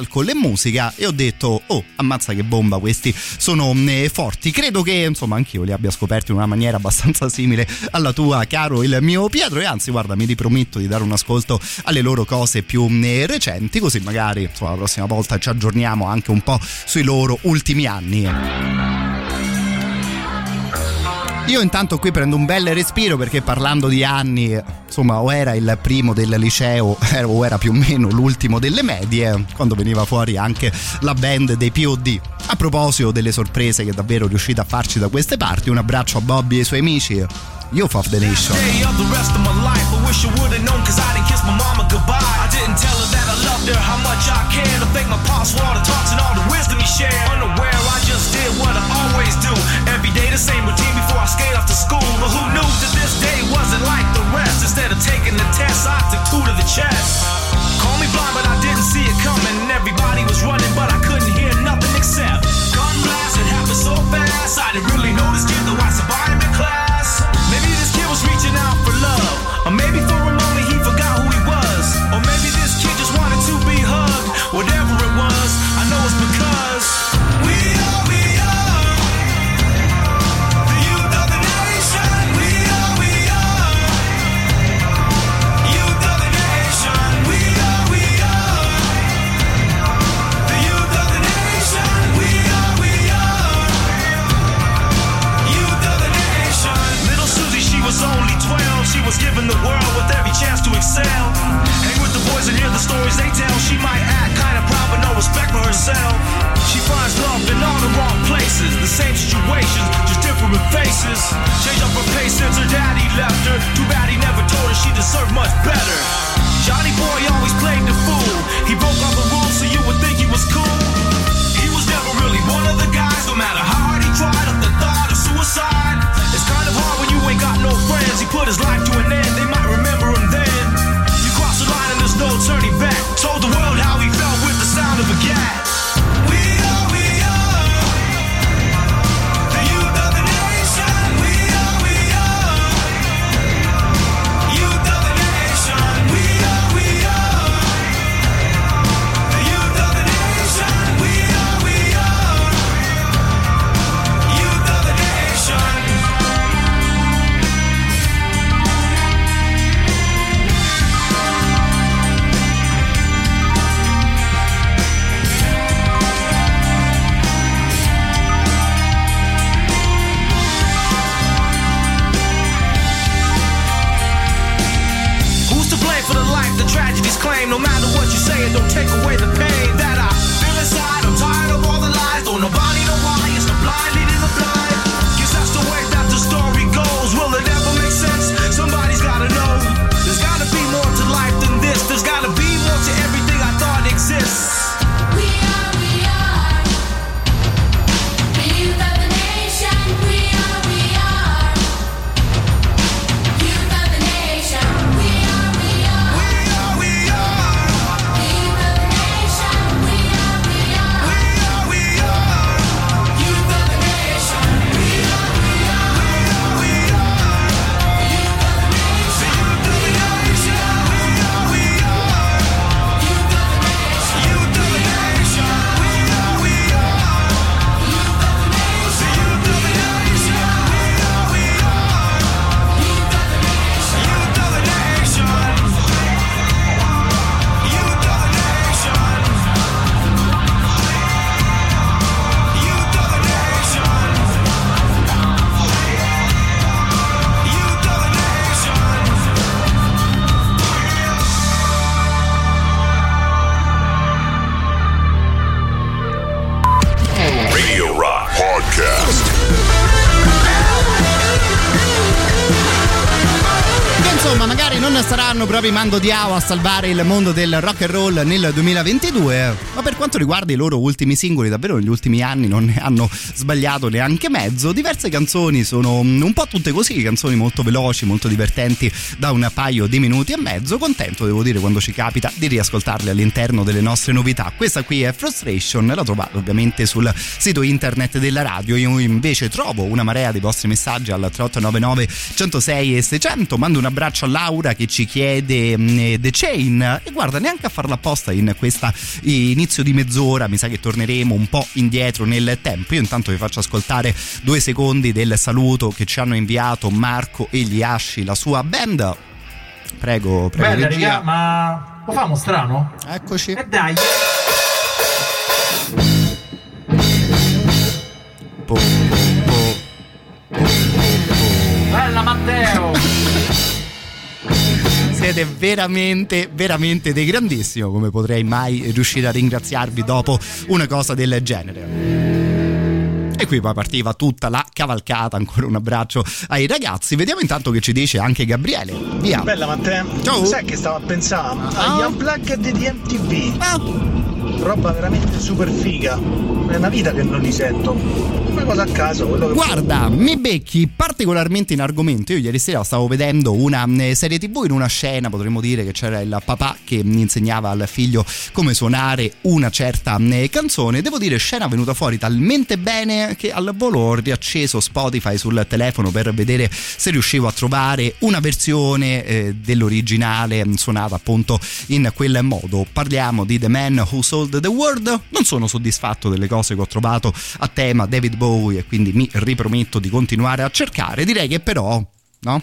alcol e musica e ho detto oh, ammazza che bomba, questi sono forti. Credo che insomma anch'io li abbia scoperti in una maniera abbastanza simile alla tua, caro il mio Pietro, e anzi guarda, mi riprometto di dare un ascolto alle loro cose più recenti, così magari insomma la prossima volta ci aggiorniamo anche un po' sui loro ultimi anni. Io intanto qui prendo un bel respiro perché parlando di anni, insomma, o era il primo del liceo o era più o meno l'ultimo delle medie, quando veniva fuori anche la band dei POD. A proposito delle sorprese che davvero riuscite a farci da queste parti, un abbraccio a Bobby e ai suoi amici. Youth of the Nation. Day of the rest of my life, I wish I would've known, cause I didn't kiss my mama goodbye. I didn't tell her that I loved her, how much I cared. I thank my pops for all the talks and all the wisdom he shared. Unaware, I just did what I always do. Every day the same routine before I skate off to school. But who knew that this day wasn't like the rest? Instead of taking the test, I took 2 to the chest. Call me blind, but I didn't see it coming. Everybody was running, but I couldn't hear nothing except gun blast. It happened so fast, I didn't really know this kid, though I survived in class. Maybe this kid was reaching out for love, or maybe for a moment he forgot who he was, or maybe this kid just wanted to be hugged. Whatever it was, I know it's because we are the youth of the nation. We are youth of the nation. We are the youth of the nation. We are youth of the nation. Little Susie, she was only 12. She was given the world with every chance to excel. Hang with the boys and hear the stories they tell. She might act kind of proud but no respect for herself. She finds love in all the wrong places. The same situations, just different faces. Changed up her pace since her daddy left her. Too bad he never told her she deserved much better. Johnny boy always played the fool. He broke all the rules so you would think he was cool. He was never really one of the guys. No matter how hard he tried, up the thought of suicide. It's kind of hard when you ain't got no friends. He put his life to an end, they might remember him then. You cross the line and there's no turning back. Told the world how he felt with the sound of a gat. We are the youth of the nation. We are youth of the nation. We are the youth of the nation. We are youth of the nation. For the life the tragedies claim. No matter what you say, it don't take away the pain that I feel inside. I'm tired of all the lies. Don't nobody know why. It's the blind leading the blind. Guess that's the way that the story goes. Will it ever make sense? Somebody's gotta know. There's gotta be more to life than this. There's gotta be more to everything I thought exists. We are the youth of the nation. We are youth of the nation. We are non saranno proprio i Mando Diao a salvare il mondo del rock and roll nel 2022, ma per quanto riguarda i loro ultimi singoli, davvero negli ultimi anni non ne hanno sbagliato neanche mezzo. Diverse canzoni sono un po' tutte così, canzoni molto veloci, molto divertenti da un paio di minuti e mezzo. Contento, devo dire, quando ci capita di riascoltarle all'interno delle nostre novità. Questa qui è Frustration, la trovate ovviamente sul sito internet della radio. Io invece trovo una marea dei vostri messaggi al 3899 106 e 600. Mando un abbraccio abbraccio a Laura che ci chiede The Chain, e guarda, neanche a farla apposta in questa inizio di mezz'ora, mi sa che torneremo un po' indietro nel tempo. Io intanto vi faccio ascoltare 2 secondi del saluto che ci hanno inviato Marco e gli Asci, la sua band. Prego bella, regia. raga, ma lo famo strano? Eccoci. E dai. Bella Matteo. Siete veramente dei grandissimi, come potrei mai riuscire a ringraziarvi dopo una cosa del genere. E qui poi partiva tutta la cavalcata. Ancora un abbraccio ai ragazzi. Vediamo intanto che ci dice anche Gabriele. Via. Bella Matteo. Ciao. Sai che stavo a pensare? Agli Unplugged di MTV. Roba veramente super figa. È una vita che non li sento. Una cosa a caso, quello che guarda, mi becchi particolarmente in argomento. Io ieri sera stavo vedendo una serie TV, in una scena potremmo dire che c'era il papà che insegnava al figlio come suonare una certa canzone. Devo dire, scena venuta fuori talmente bene che al volo ho riacceso Spotify sul telefono per vedere se riuscivo a trovare una versione dell'originale suonata appunto in quel modo. Parliamo di The Man Who Sold the World. Non sono soddisfatto delle cose che ho trovato a tema David Bowie e quindi mi riprometto di continuare a cercare. Direi che però, no?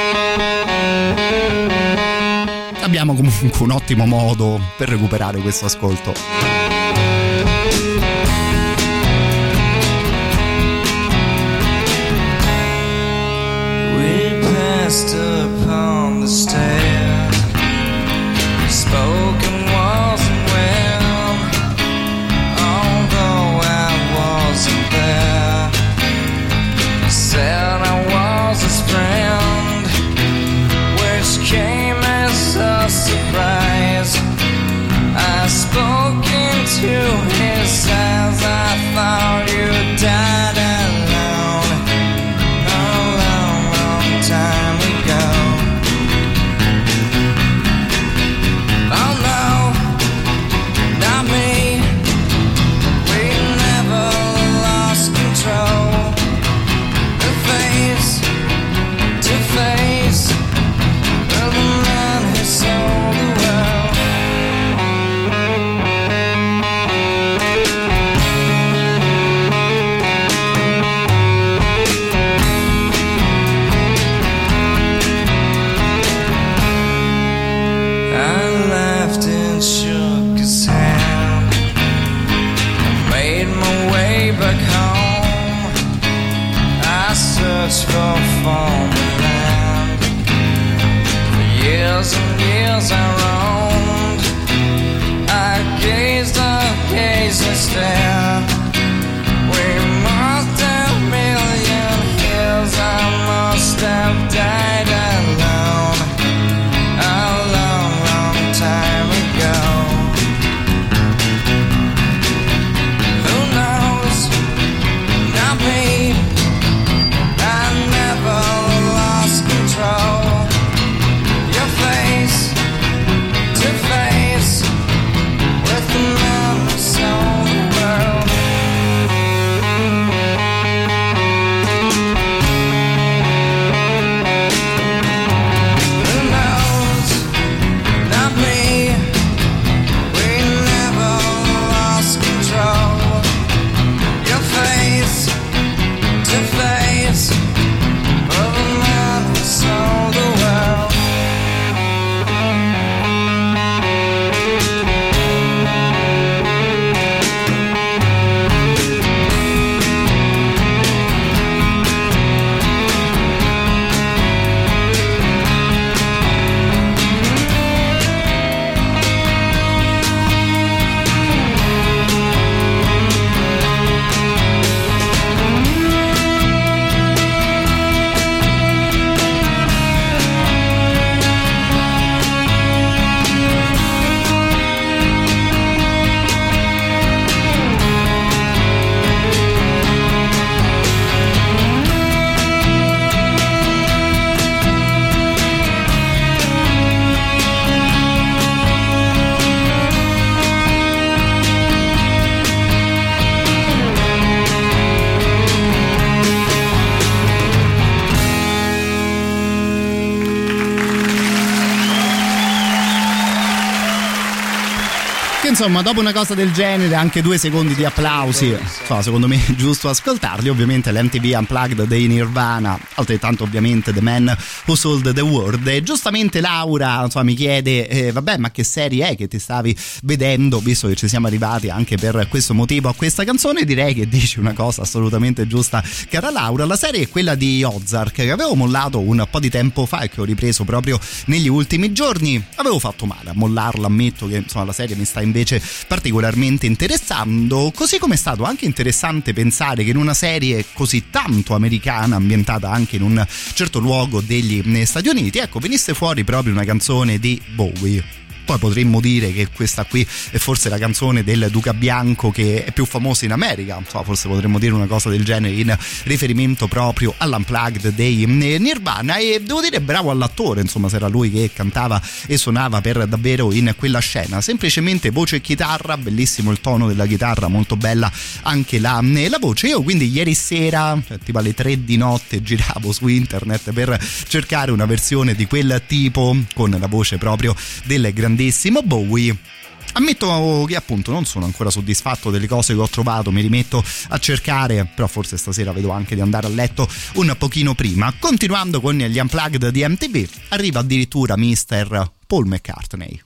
Abbiamo comunque un ottimo modo per recuperare questo ascolto. We passed upon the stairs, spoken wasn't well, although I wasn't there. Said I was his friend, which came as a surprise. I spoke into his eyes, I thought you died alone a long, long time ago. Oh no, not me, we never lost control. Face to face with the man who sold the world. I laughed and shook his hand. I made my way back home. I searched for foreign land. For years and years I roamed. I gazed and stared. We must have million years. I must have died alone a long, long time ago. Who knows? Not me. I never lost control. Your face to face with the man who sold the world. insomma, dopo una cosa del genere, anche 2 secondi di applausi, insomma, secondo me è giusto ascoltarli. Ovviamente l'MTV Unplugged dei Nirvana, altrettanto ovviamente The Man Who Sold the World. E giustamente Laura, insomma, mi chiede vabbè, ma che serie è che ti stavi vedendo, visto che ci siamo arrivati anche per questo motivo a questa canzone. Direi che dici una cosa assolutamente giusta, cara Laura. La serie è quella di Ozark, che avevo mollato un po' di tempo fa e che ho ripreso proprio negli ultimi giorni. Avevo fatto male a mollarla, ammetto che insomma la serie mi sta invece particolarmente interessando, così come è stato anche interessante pensare che in una serie così tanto americana, ambientata anche in un certo luogo degli Stati Uniti, ecco, venisse fuori proprio una canzone di Bowie. Poi potremmo dire che questa qui è forse la canzone del Duca Bianco che è più famosa in America, insomma, forse potremmo dire una cosa del genere in riferimento proprio all'Unplugged dei Nirvana. E devo dire bravo all'attore, insomma, se era lui che cantava e suonava per davvero in quella scena, semplicemente voce e chitarra, bellissimo il tono della chitarra, molto bella anche la voce. Io quindi ieri sera, cioè, tipo alle 3 di notte, giravo su internet per cercare una versione di quel tipo con la voce proprio del grandissimo Bowie. Ammetto che appunto non sono ancora soddisfatto delle cose che ho trovato, mi rimetto a cercare, però forse stasera vedo anche di andare a letto un pochino prima. Continuando con gli Unplugged di MTV, arriva addirittura Mr. Paul McCartney.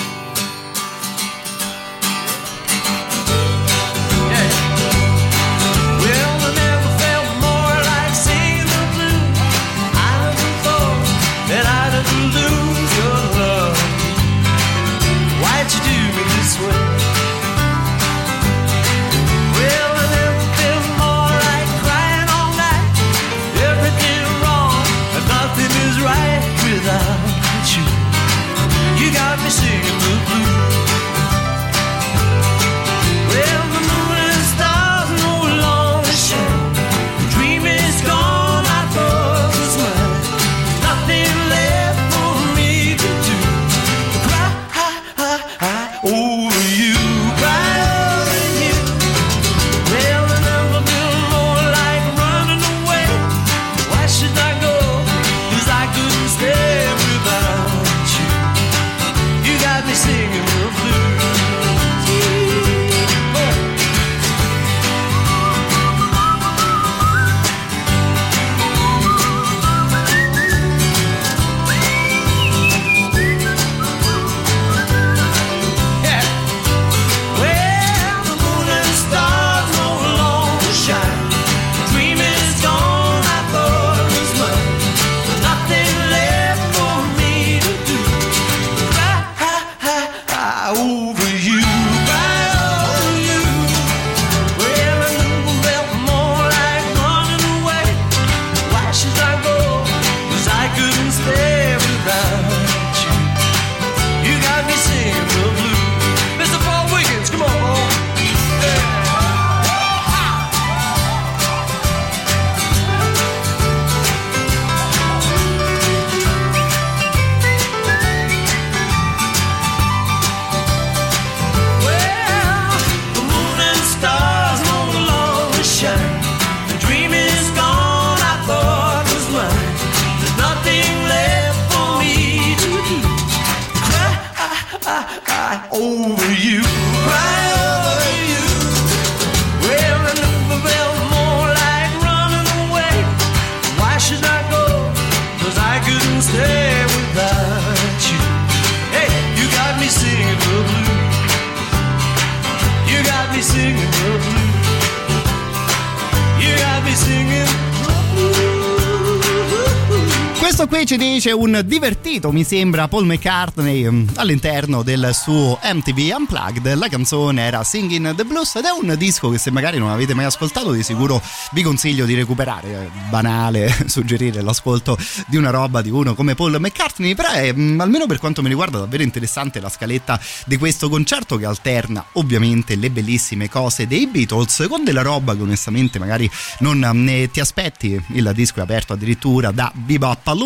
Questo qui ci dice un divertito, mi sembra, Paul McCartney all'interno del suo MTV Unplugged. La canzone era Singing the Blues ed è un disco che, se magari non avete mai ascoltato, di sicuro vi consiglio di recuperare. È banale suggerire l'ascolto di una roba di uno come Paul McCartney, però è, almeno per quanto mi riguarda, davvero interessante la scaletta di questo concerto, che alterna ovviamente le bellissime cose dei Beatles con della roba che onestamente magari non ti aspetti. Il disco è aperto addirittura da Bebopalooza,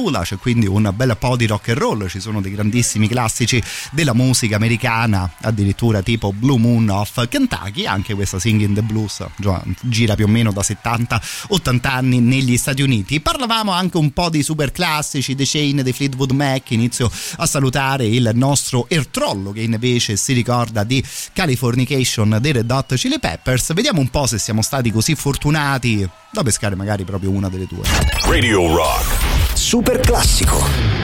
Missoula, c'è quindi un bel po' di rock and roll, ci sono dei grandissimi classici della musica americana, addirittura tipo Blue Moon of Kentucky, anche questa Singing the Blues gira più o meno da 70-80 anni negli Stati Uniti. Parlavamo anche un po' di super classici, The Chain dei Fleetwood Mac, inizio a salutare il nostro Ertrollo che invece si ricorda di Californication dei Red Hot Chili Peppers. Vediamo un po' se siamo stati così fortunati da pescare magari proprio una delle due. Radio Rock Super classico.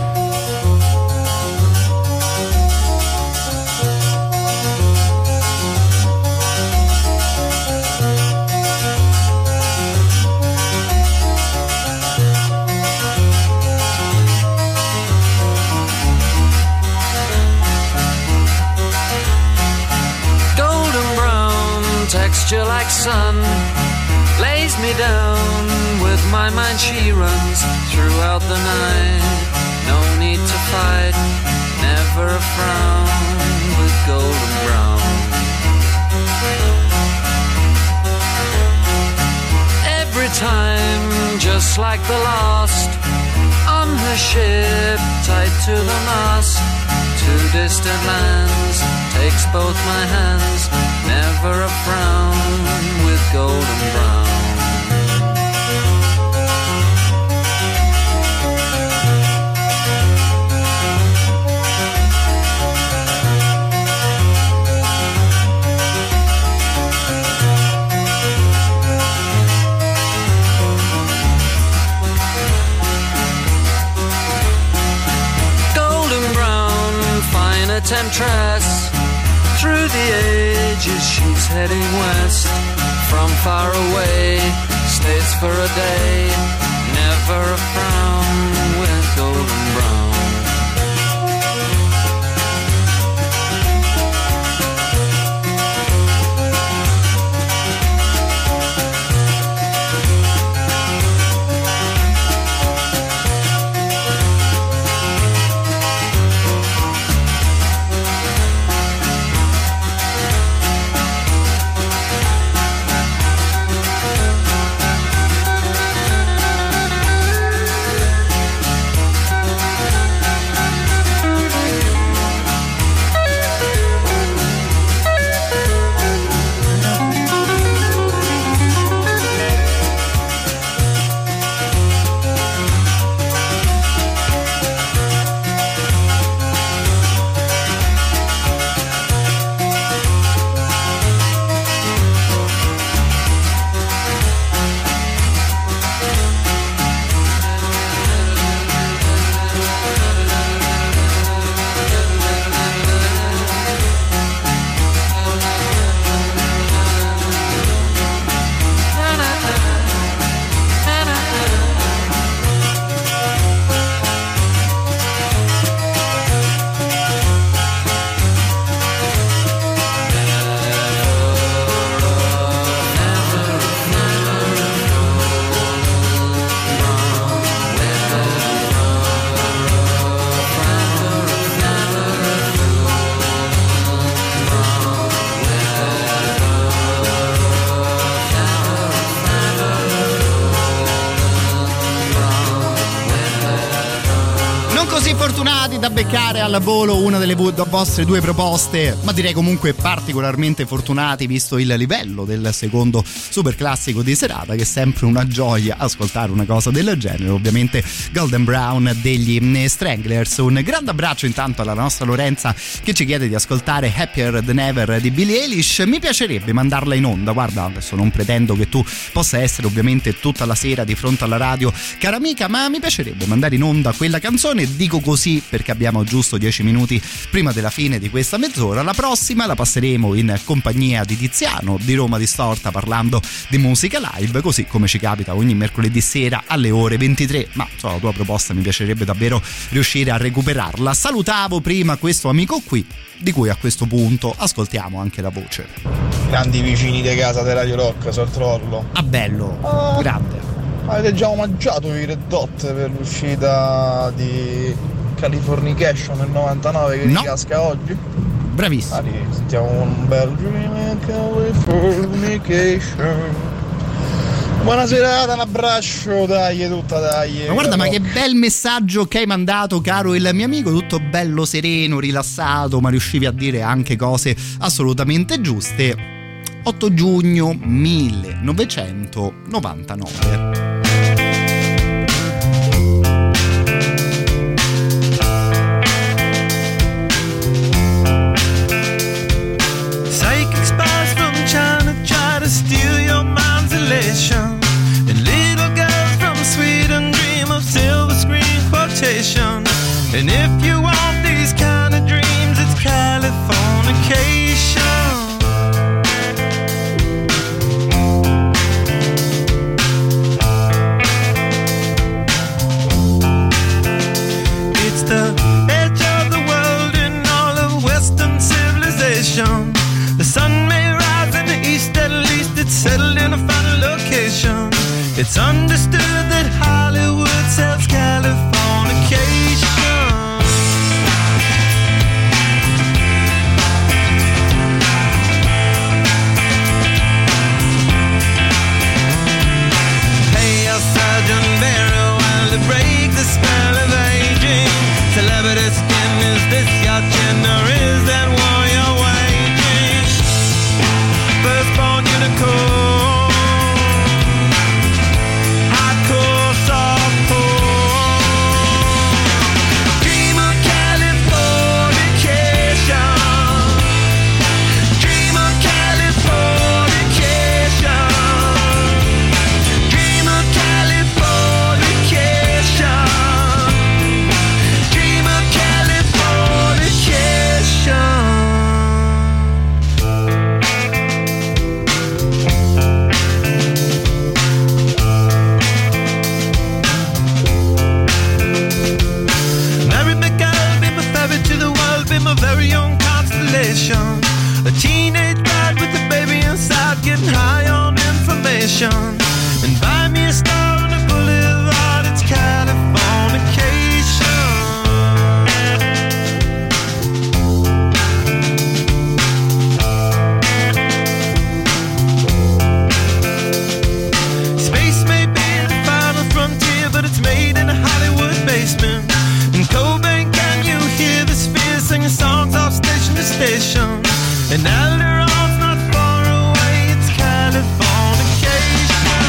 Texture like sun lays me down. With my mind she runs throughout the night. No need to fight, never a frown. With golden brown, every time just like the last. On her ship tied to the mast, to distant lands takes both my hands. Never a frown with golden brown. Golden brown, fine a temptress. Through the ages she's heading west. From far away, stays for a day. Never a frown with golden brown. Da beccare al volo una delle vostre due proposte, ma direi comunque particolarmente fortunati visto il livello del secondo super classico di serata, che è sempre una gioia ascoltare una cosa del genere. Ovviamente Golden Brown degli Stranglers. Un grande abbraccio intanto alla nostra Lorenza che ci chiede di ascoltare Happier Than Ever di Billie Eilish. Mi piacerebbe mandarla in onda, guarda, adesso non pretendo che tu possa essere ovviamente tutta la sera di fronte alla radio, cara amica, ma mi piacerebbe mandare in onda quella canzone. Dico così perché abbiamo giusto 10 minuti prima della fine di questa mezz'ora. La prossima la passeremo in compagnia di Tiziano di Roma Distorta, parlando di musica live, così come ci capita ogni mercoledì sera alle ore 23. Ma insomma, la tua proposta mi piacerebbe davvero riuscire a recuperarla. Salutavo prima questo amico qui, di cui a questo punto ascoltiamo anche la voce. Grandi vicini di casa di Radio Rock, Sortrollo. Ah, bello, grande. Avete già omaggiato i Red Hot per l'uscita di Californication nel 99 che ricasca oggi? Bravissimo. Sentiamo un bel Californication. Buona serata, un abbraccio, dai, tutta, dai. Ma guarda, ma che bel messaggio che hai mandato, caro il mio amico, tutto bello, sereno, rilassato, ma riuscivi a dire anche cose assolutamente giuste. 8 giugno 1999. Steal your mind's elation, and little girls from Sweden dream of silver screen quotation. And if you want these kind of dreams, it's Californication. It's the edge of the world in all of Western civilization. The sun may rise in the east, at least it's settled in a final location. It's understood that Hollywood sells Californication. Pay your Sergeant Barrow while to break the spell of aging. Celebrity skin, is this your chin or is that war you're waging? Firstborn unicorn, hardcore softcore. Dream of Californication, dream of Californication, dream of Californication, dream of Californication. To the world, be my very own constellation. A teenage bride with a baby inside, getting high on information. And buy me a star on the boulevard, it's Californication. Space may be the final frontier, but it's made in a Hollywood basement. In Cobain, can you hear the spheres singing songs off station to station? And Alderon's not far away, it's Californication.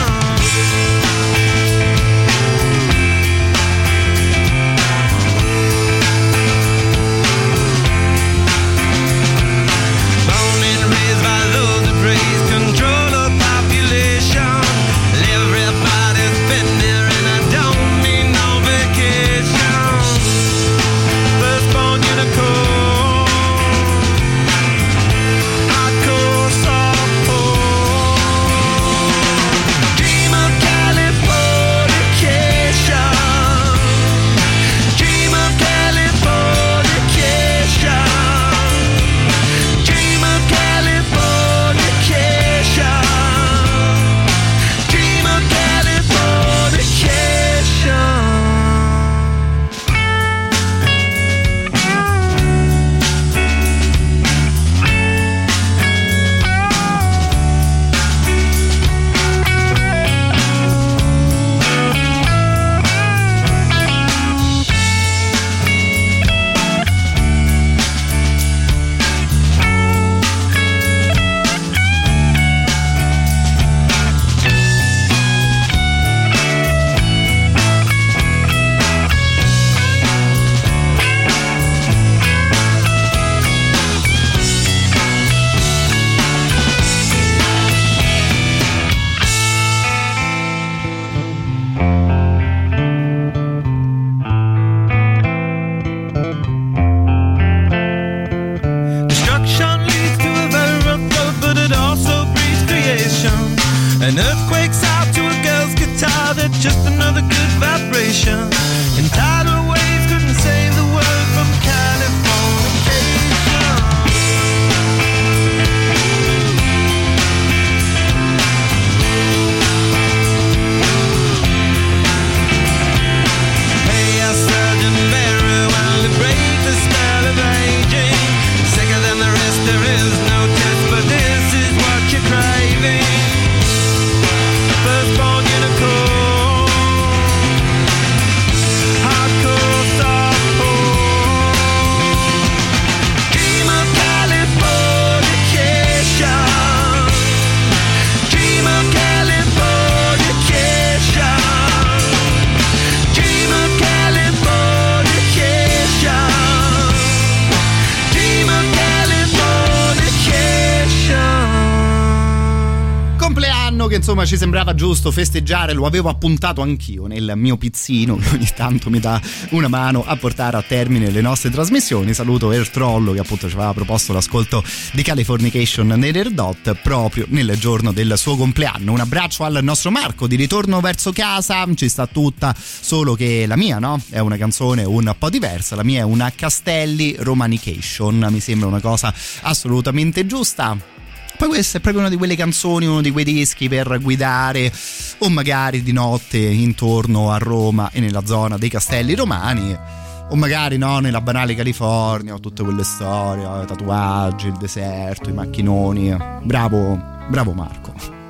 che insomma ci sembrava giusto festeggiare, lo avevo appuntato anch'io nel mio pizzino che ogni tanto mi dà una mano a portare a termine le nostre trasmissioni. Saluto Ertrollo che appunto ci aveva proposto l'ascolto di Californication nei Red Hot proprio nel giorno del suo compleanno. Un abbraccio al nostro Marco di ritorno verso casa, ci sta tutta, solo che la mia, no? È una canzone un po' diversa, la mia è una Castelli Romanication, mi sembra una cosa assolutamente giusta. Poi questa è proprio una di quelle canzoni, uno di quei dischi per guidare o magari di notte intorno a Roma e nella zona dei Castelli Romani, o magari no, nella banale California, o tutte quelle storie, i tatuaggi, il deserto, i macchinoni. Bravo Marco.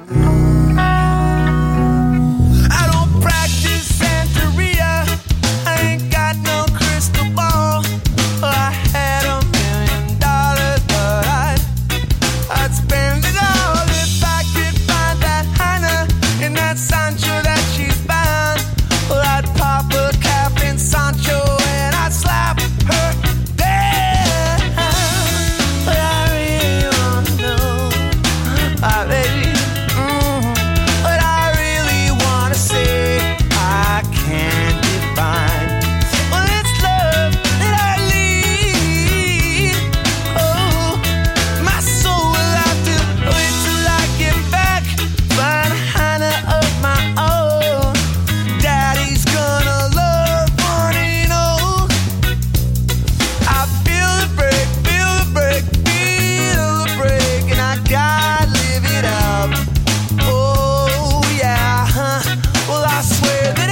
I don't practice Santeria. I ain't got no crystal ball. I had $1 million, but I'd spend it all if I could find that Hannah in that Sancho that she's found. Well, I'd pop a cap in Sancho and I'd slap her down. But I really wanna know, baby. But I really wanna say I can't define. Well, it's love that I lead. Oh, my soul will have to wait till I get back. Find a Hannah of my own. Daddy's gonna love one and all. I feel the break, feel the break, feel the break, and I gotta live it up. Oh yeah, well I swear that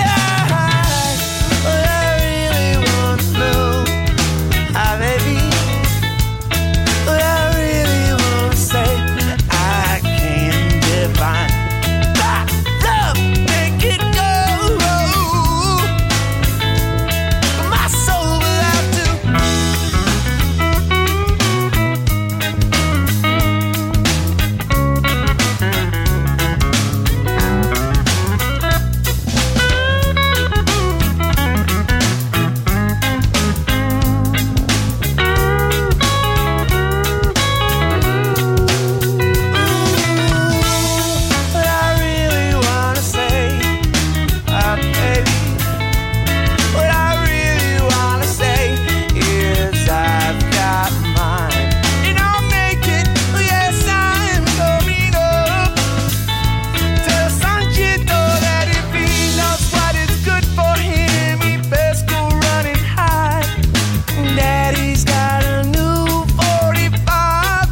I really wanna know, baby. But I really wanna say I can't define. Love, make it go. My soul will have to. But I really wanna say, baby. What I really wanna say is I've got mine, and I'll make it. Yes, I'm coming up. Tell Sanchito that if he knows what is good for him, he best go running high. Daddy's got a new 45,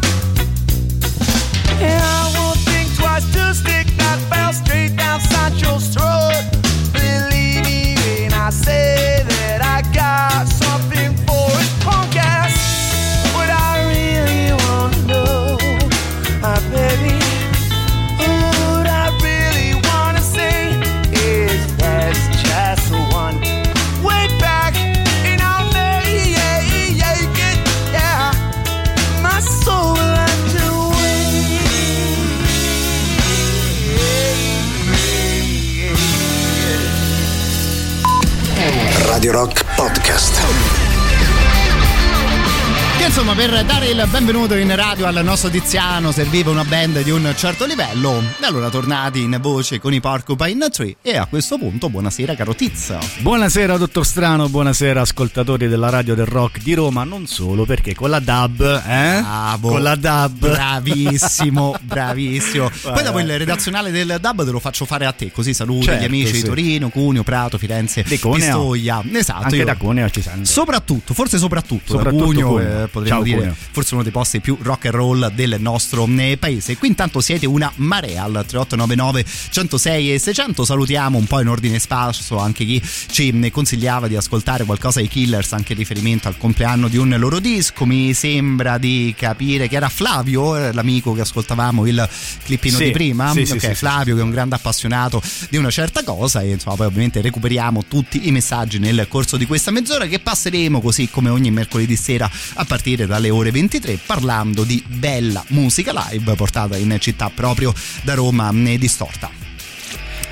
and I won't think twice to stick that bell straight down Sancho's throat. Believe me when I say that I got something for his punk ass. What I really wanna know, baby. What I really wanna say is there's just one way back, and I'll make it, yeah. My soul will have to wait. Radio Rock Podcast. Che insomma, per dare il benvenuto in radio al nostro Tiziano serviva una band di un certo livello. E allora tornati in voce con i Porcupine Tree. E a questo punto buonasera caro Tiz. Buonasera dottor Strano, buonasera ascoltatori della radio del rock di Roma. Non solo, perché con la DAB, Bravo, con la DAB. Bravissimo. Poi dopo il redazionale del DAB te lo faccio fare a te, così saluti Certo, gli amici sì. di Torino, Cuneo, Prato, Firenze, Di Cuneo. Pistoia. Esatto, Anche io- da Cuneo ci sente. Soprattutto da Cuneo. Cuneo, potremmo Ciao, dire Cuneo. forse uno dei posti più rock and roll del nostro paese. Qui intanto siete una marea al 3899 106 e 600. Salutiamo un po' in ordine sparso anche chi ci consigliava di ascoltare qualcosa ai Killers, anche in riferimento al compleanno di un loro disco. Mi sembra di capire che era Flavio, l'amico che ascoltavamo il clippino Sì, di prima. sì, Ok, sì, Flavio che è un grande appassionato di una certa cosa, e insomma poi ovviamente recuperiamo tutti i messaggi nel corso di questa mezz'ora che passeremo così come ogni mercoledì sera a partire dalle ore 23, parlando di bella musica live portata in città proprio da Roma Distorta.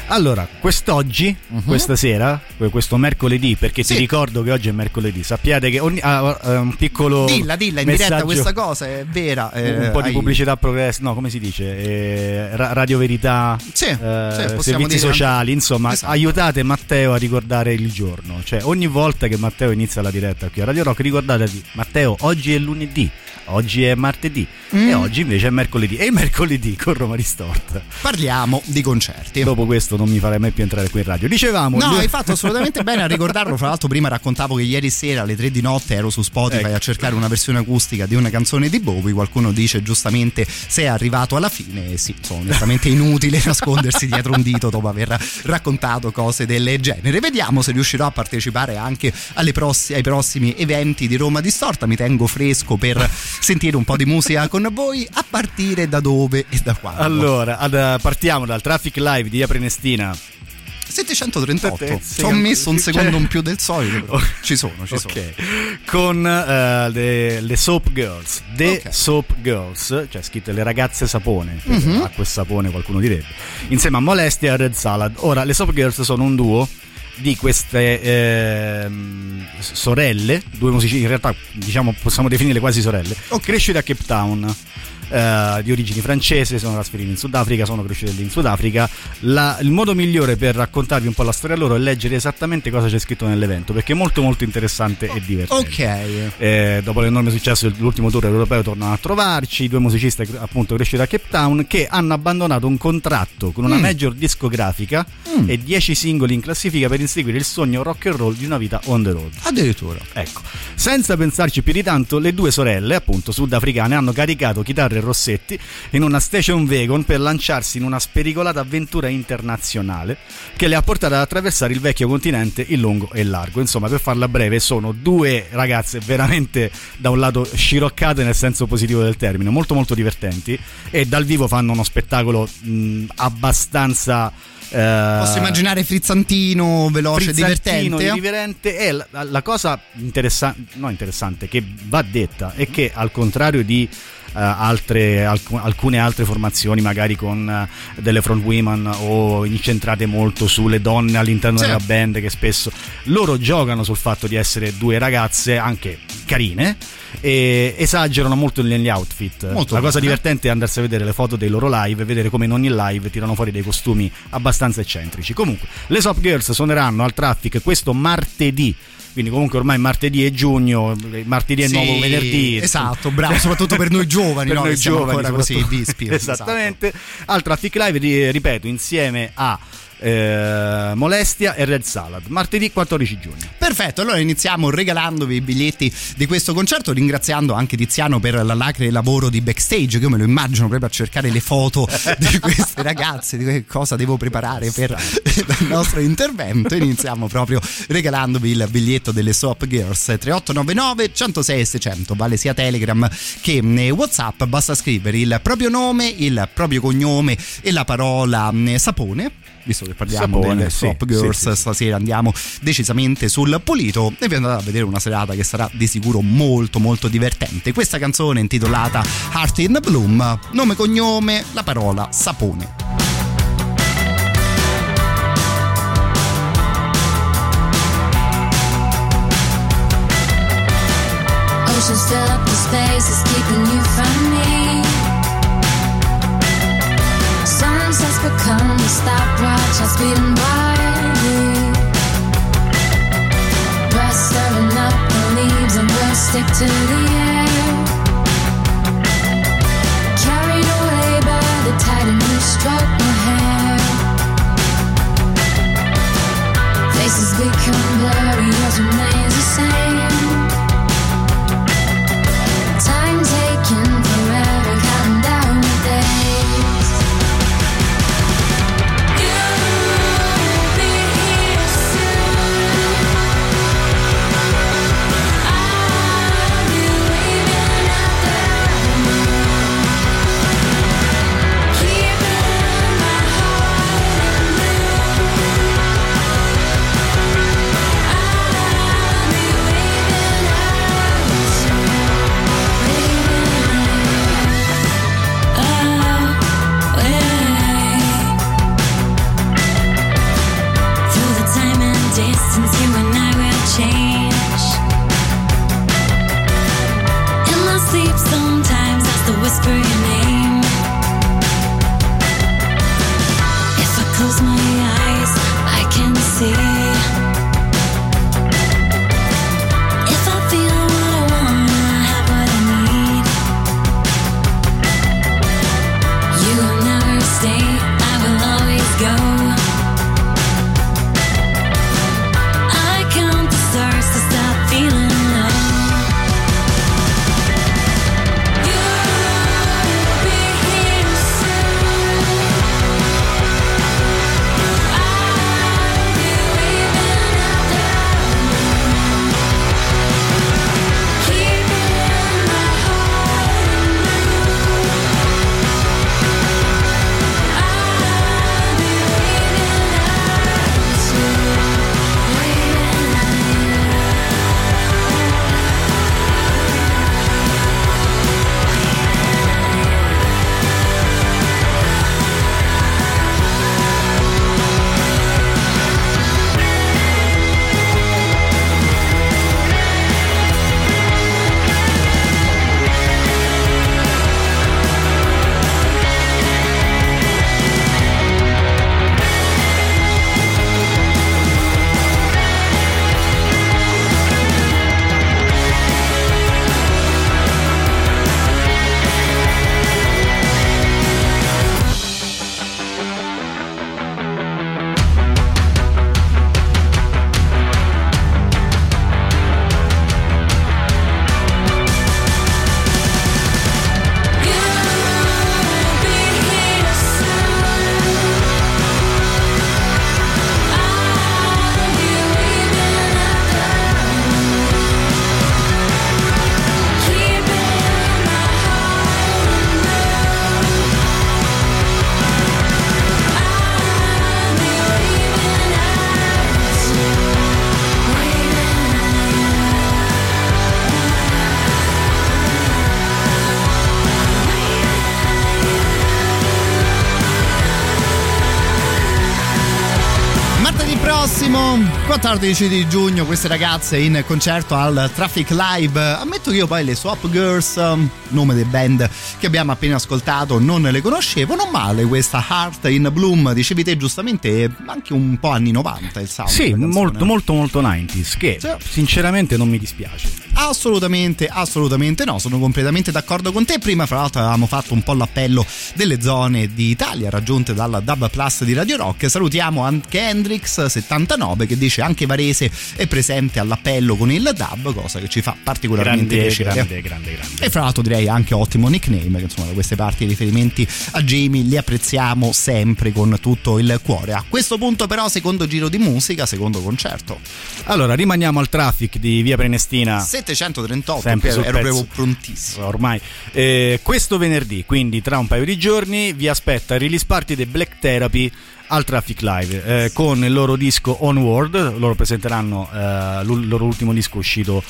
Allora, quest'oggi, questa sera, questo mercoledì, perché ti ricordo che oggi è mercoledì, sappiate che un piccolo Dilla in diretta questa cosa è vera. Un po' di pubblicità progresso, no, come si dice? Radio Verità, servizi sociali, insomma, esatto. Aiutate Matteo a ricordare il giorno. Cioè, ogni volta che Matteo inizia la diretta qui a Radio Rock, ricordatevi, Matteo, oggi è lunedì, oggi è martedì e oggi invece è mercoledì. E il mercoledì con Roma Ristorta parliamo di concerti. Dopo questo non mi farei mai più entrare qui in radio. Dicevamo, no, hai fatto assolutamente bene a ricordarlo. Fra l'altro prima raccontavo che ieri sera alle 3 di notte ero su Spotify a cercare una versione acustica di una canzone di Bowie. Qualcuno dice giustamente sei arrivato alla fine. Sì, sono onestamente inutile nascondersi dietro un dito dopo aver raccontato cose del genere. Vediamo se riuscirò a partecipare anche ai prossimi eventi di Roma Distorta. Mi tengo fresco per sentire un po' di musica con voi. A partire da dove e da quando? Allora, partiamo dal Traffic Live di Prenestina. 738. Ci ho messo un secondo in più del solito, però ci sono. Con le Soap Girls. Soap Girls, cioè scritte le ragazze sapone, acqua e sapone qualcuno direbbe, insieme a Molestia e Red Salad. Ora, le Soap Girls sono un duo di queste sorelle, due musicisti, in realtà diciamo possiamo definirle quasi sorelle, cresciute a Cape Town. Di origini francese, sono trasferiti in Sudafrica, sono cresciuti lì in Sudafrica. Il modo migliore per raccontarvi un po' la storia loro è leggere esattamente cosa c'è scritto nell'evento, perché è molto molto interessante e divertente. Dopo l'enorme successo dell'ultimo tour europeo tornano a trovarci i due musicisti appunto cresciuti a Cape Town, che hanno abbandonato un contratto con una major discografica e 10 singoli in classifica per inseguire il sogno rock and roll di una vita on the road. Addirittura. Ecco, senza pensarci più di tanto, le due sorelle appunto sudafricane hanno caricato chitarre e Rossetti in una station wagon per lanciarsi in una spericolata avventura internazionale che le ha portato ad attraversare il vecchio continente in lungo e largo. Insomma, per farla breve, sono due ragazze veramente da un lato sciroccate nel senso positivo del termine, molto molto divertenti, e dal vivo fanno uno spettacolo abbastanza posso immaginare frizzantino, veloce, divertente. E la cosa interessante che va detta è che, al contrario di alcune altre formazioni magari con delle front women o incentrate molto sulle donne all'interno della band, che spesso loro giocano sul fatto di essere due ragazze anche carine e esagerano molto negli outfit. La cosa divertente è andarsi a vedere le foto dei loro live e vedere come in ogni live tirano fuori dei costumi abbastanza eccentrici. Comunque, le Soap Girls suoneranno al Traffic questo martedì, quindi comunque ormai martedì è giugno, martedì è nuovo venerdì. Esatto, bravo, soprattutto per noi giovani, per no? noi giovani ancora così vispi. Esattamente. Al Traffic Live, ripeto, insieme a Molestia e Red Salad, martedì 14 giugno. Perfetto, allora iniziamo regalandovi i biglietti di questo concerto, ringraziando anche Tiziano per l'alacre lavoro di backstage, che io me lo immagino proprio a cercare le foto di queste ragazze, di che cosa devo preparare per il nostro intervento. Iniziamo proprio regalandovi il biglietto delle Soap Girls. 3899 106 600, vale sia Telegram che WhatsApp. Basta scrivere il proprio nome, il proprio cognome e la parola sapone. Visto che parliamo delle Soap Girls, stasera andiamo decisamente sul pulito e vi andate a vedere una serata che sarà di sicuro molto molto divertente. Questa canzone è intitolata Heart in Bloom, nome, cognome, la parola sapone. Oceans fill up the spaces keeping you from me. Sunsets become a stopwatch, I'm speeding by you. We're stirring up the leaves and we'll stick to the air. Carried away by the tide and you stroke my hair. Faces become blurry, yours remains the same. Time taken forever, counting down the days. You'll be here soon. I'll be waving at the moon, keeping my heart in bloom. I'll prossimo 14 di giugno queste ragazze in concerto al Traffic Live. Ammetto che io poi le Swap Girls, nome dei band che abbiamo appena ascoltato, non le conoscevo. Non male questa Heart in Bloom, dicevi te giustamente, anche un po' anni 90 il sound. Sì, molto 90s, che sì, sinceramente non mi dispiace. Assolutamente no, sono completamente d'accordo con te. Prima fra l'altro avevamo fatto un po' l'appello delle zone d'Italia raggiunte dalla Dub Plus di Radio Rock. Salutiamo anche Hendrix79 che dice anche Varese è presente all'appello con il dub, cosa che ci fa particolarmente piacere. Grande. E fra l'altro direi anche ottimo nickname, che insomma da queste parti i riferimenti a Jamie li apprezziamo sempre con tutto il cuore. A questo punto però secondo giro di musica, secondo concerto. Allora rimaniamo al Traffic di Via Prenestina 738, sempre ero proprio prontissimo ormai. Questo venerdì, quindi tra un paio di giorni, vi aspetta il release party dei Black Therapy al Traffic Live, con il loro disco Onward. Loro presenteranno il loro ultimo disco uscito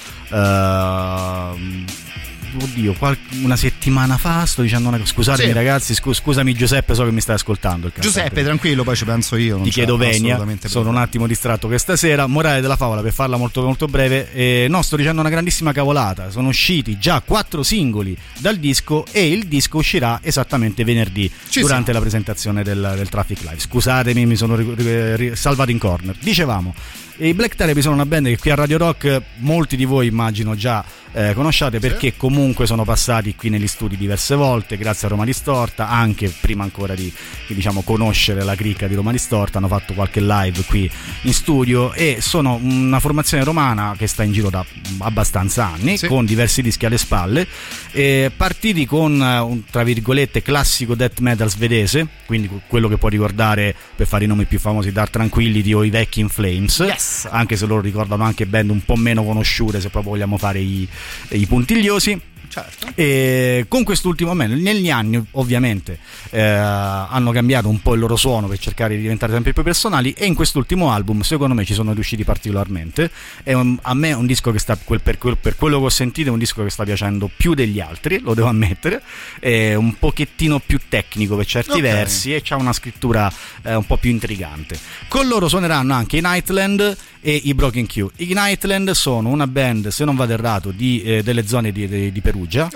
una settimana fa. Sto dicendo una cosa, scusatemi, sì, ragazzi, scusami Giuseppe, so che mi stai ascoltando. Giuseppe, tranquillo, poi ci penso io. Ti chiedo venia, sono un attimo distratto questa sera. Morale della favola, per farla molto molto breve, no, sto dicendo una grandissima cavolata. Sono usciti già 4 singoli dal disco e il disco uscirà esattamente venerdì durante la presentazione del Traffic Live. Scusatemi, mi sono salvato in corner. Dicevamo, i Black Therapy sono una band che qui a Radio Rock molti di voi immagino già conosciate, perché comunque sono passati qui negli studi diverse volte grazie a Roma Distorta, anche prima ancora di diciamo conoscere la cricca di Roma Distorta. Hanno fatto qualche live qui in studio e sono una formazione romana che sta in giro da abbastanza anni, con diversi dischi alle spalle, partiti con un tra virgolette classico death metal svedese, quindi quello che può ricordare, per fare i nomi più famosi, Dark Tranquillity o i vecchi In Flames, anche se loro ricordano anche band un po' meno conosciute, se proprio vogliamo fare i puntigliosi. Certo. E con quest'ultimo negli anni ovviamente hanno cambiato un po' il loro suono per cercare di diventare sempre più personali, e in quest'ultimo album secondo me ci sono riusciti particolarmente. A me è un disco che sta per quello che ho sentito, è un disco che sta piacendo più degli altri, lo devo ammettere. È un pochettino più tecnico per certi versi e c'ha una scrittura un po' più intrigante. Con loro suoneranno anche i Nightland e i Broken Q. I Nightland sono una band, se non vado errato, delle zone di Perugia,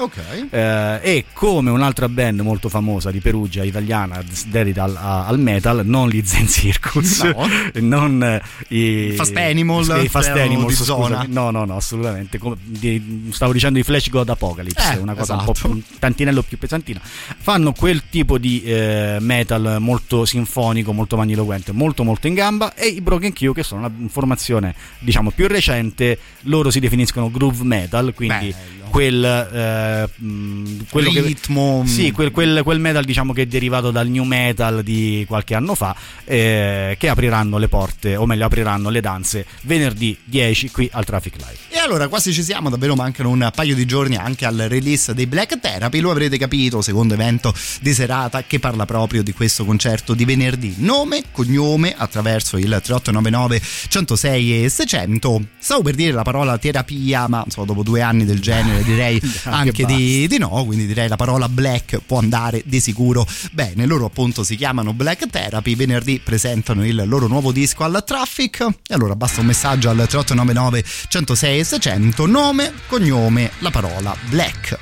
e come un'altra band molto famosa di Perugia italiana dedita al metal, non gli Zen Circus, non i Fast Animal, scusami. No, assolutamente. Stavo dicendo i Flash God Apocalypse, una cosa un po' un tantinello più pesantina. Fanno quel tipo di metal molto sinfonico, molto magniloquente, molto molto in gamba. E i Broken Q, che sono una formazione diciamo più recente, loro si definiscono groove metal, quindi quel ritmo, quel metal diciamo che è derivato dal new metal di qualche anno fa, che apriranno le porte, o meglio apriranno le danze venerdì 10 qui al Traffic Live. E allora quasi ci siamo, davvero mancano un paio di giorni anche al release dei Black Therapy. Lo avrete capito, secondo evento di serata che parla proprio di questo concerto di venerdì. Nome, cognome attraverso il 3899 106 e 600. Stavo per dire la parola terapia, ma insomma dopo 2 anni del genere direi anche di no, quindi direi la parola black può andare di sicuro bene. Loro appunto si chiamano Black Therapy, venerdì presentano il loro nuovo disco al Traffic, e allora basta un messaggio al 3899 106 e 600, nome, cognome, la parola black.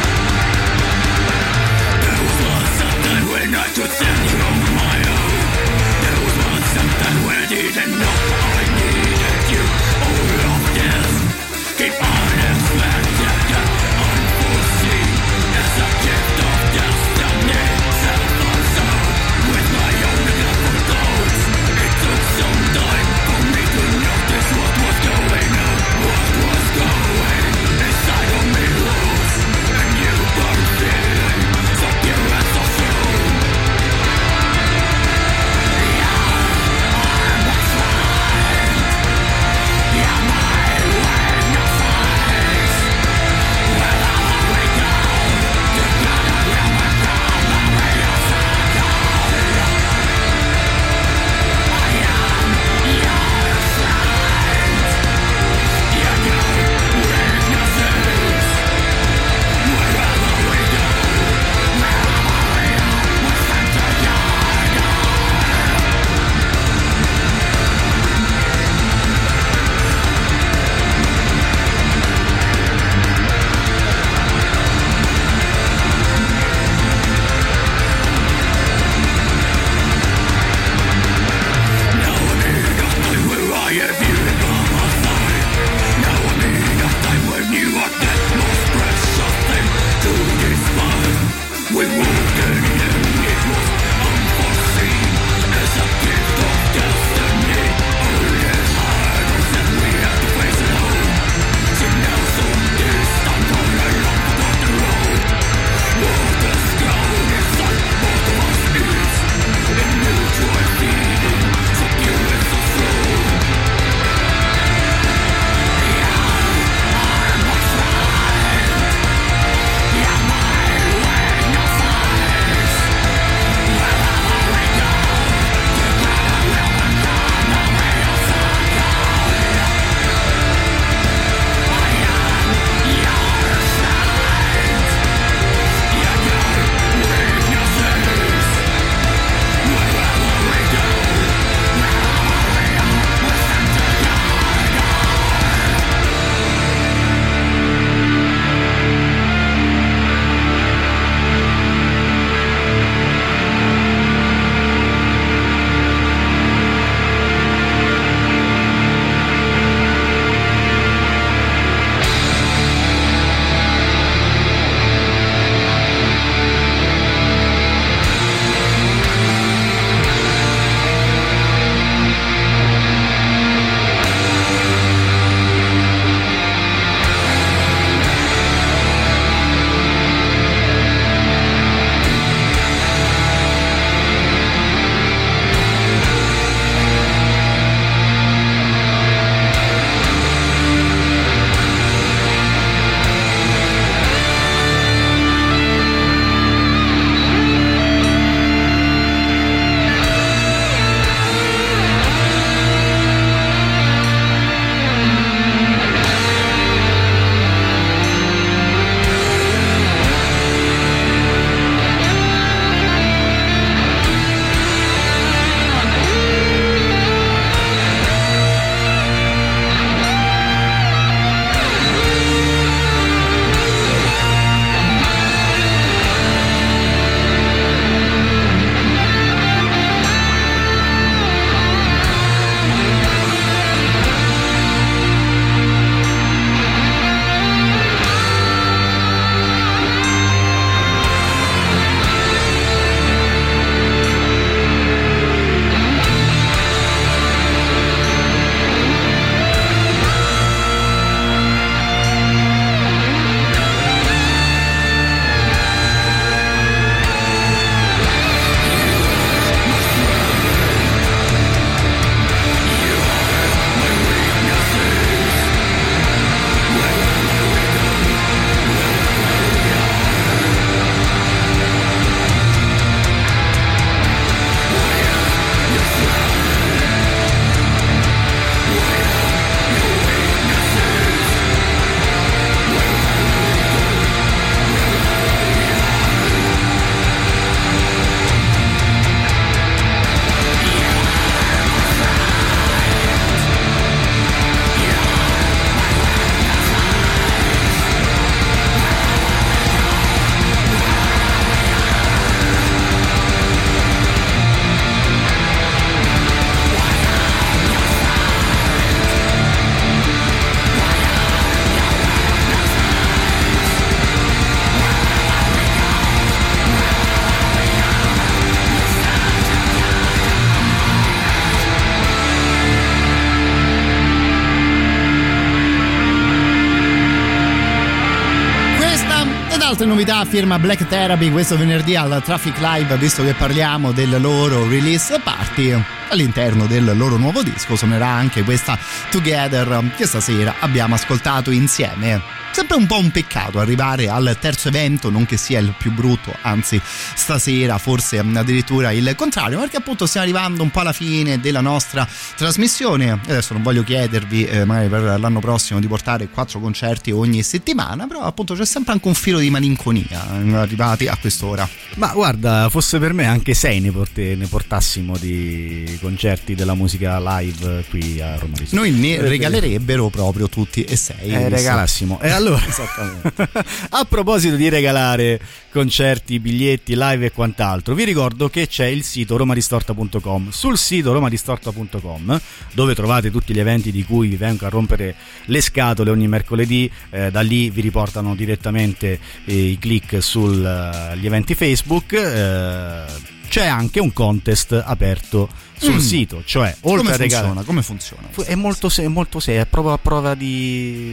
When I to send from my own altre novità firma Black Therapy questo venerdì al Traffic Live, visto che parliamo del loro release party. All'interno del loro nuovo disco suonerà anche questa Together che stasera abbiamo ascoltato insieme. Sempre un po' un peccato arrivare al terzo evento, non che sia il più brutto, anzi stasera forse addirittura il contrario, perché appunto stiamo arrivando un po' alla fine della nostra trasmissione. Adesso non voglio chiedervi magari per l'anno prossimo di portare 4 concerti ogni settimana, però appunto c'è sempre anche un filo di malinconia arrivati a quest'ora. Ma guarda, fosse per me anche 6 ne portassimo di concerti della musica live qui a Roma. Noi ne regalerebbero proprio tutti e 6. Regalassimo. E allora, a proposito di regalare concerti, biglietti, live e quant'altro, vi ricordo che c'è il sito romadistorta.com. Sul sito romadistorta.com, dove trovate tutti gli eventi di cui vi vengo a rompere le scatole ogni mercoledì, da lì vi riportano direttamente i click sugli eventi Facebook. C'è anche un contest aperto sul sito, cioè oltre a regalare. Come funziona? È molto semplice, è proprio a prova di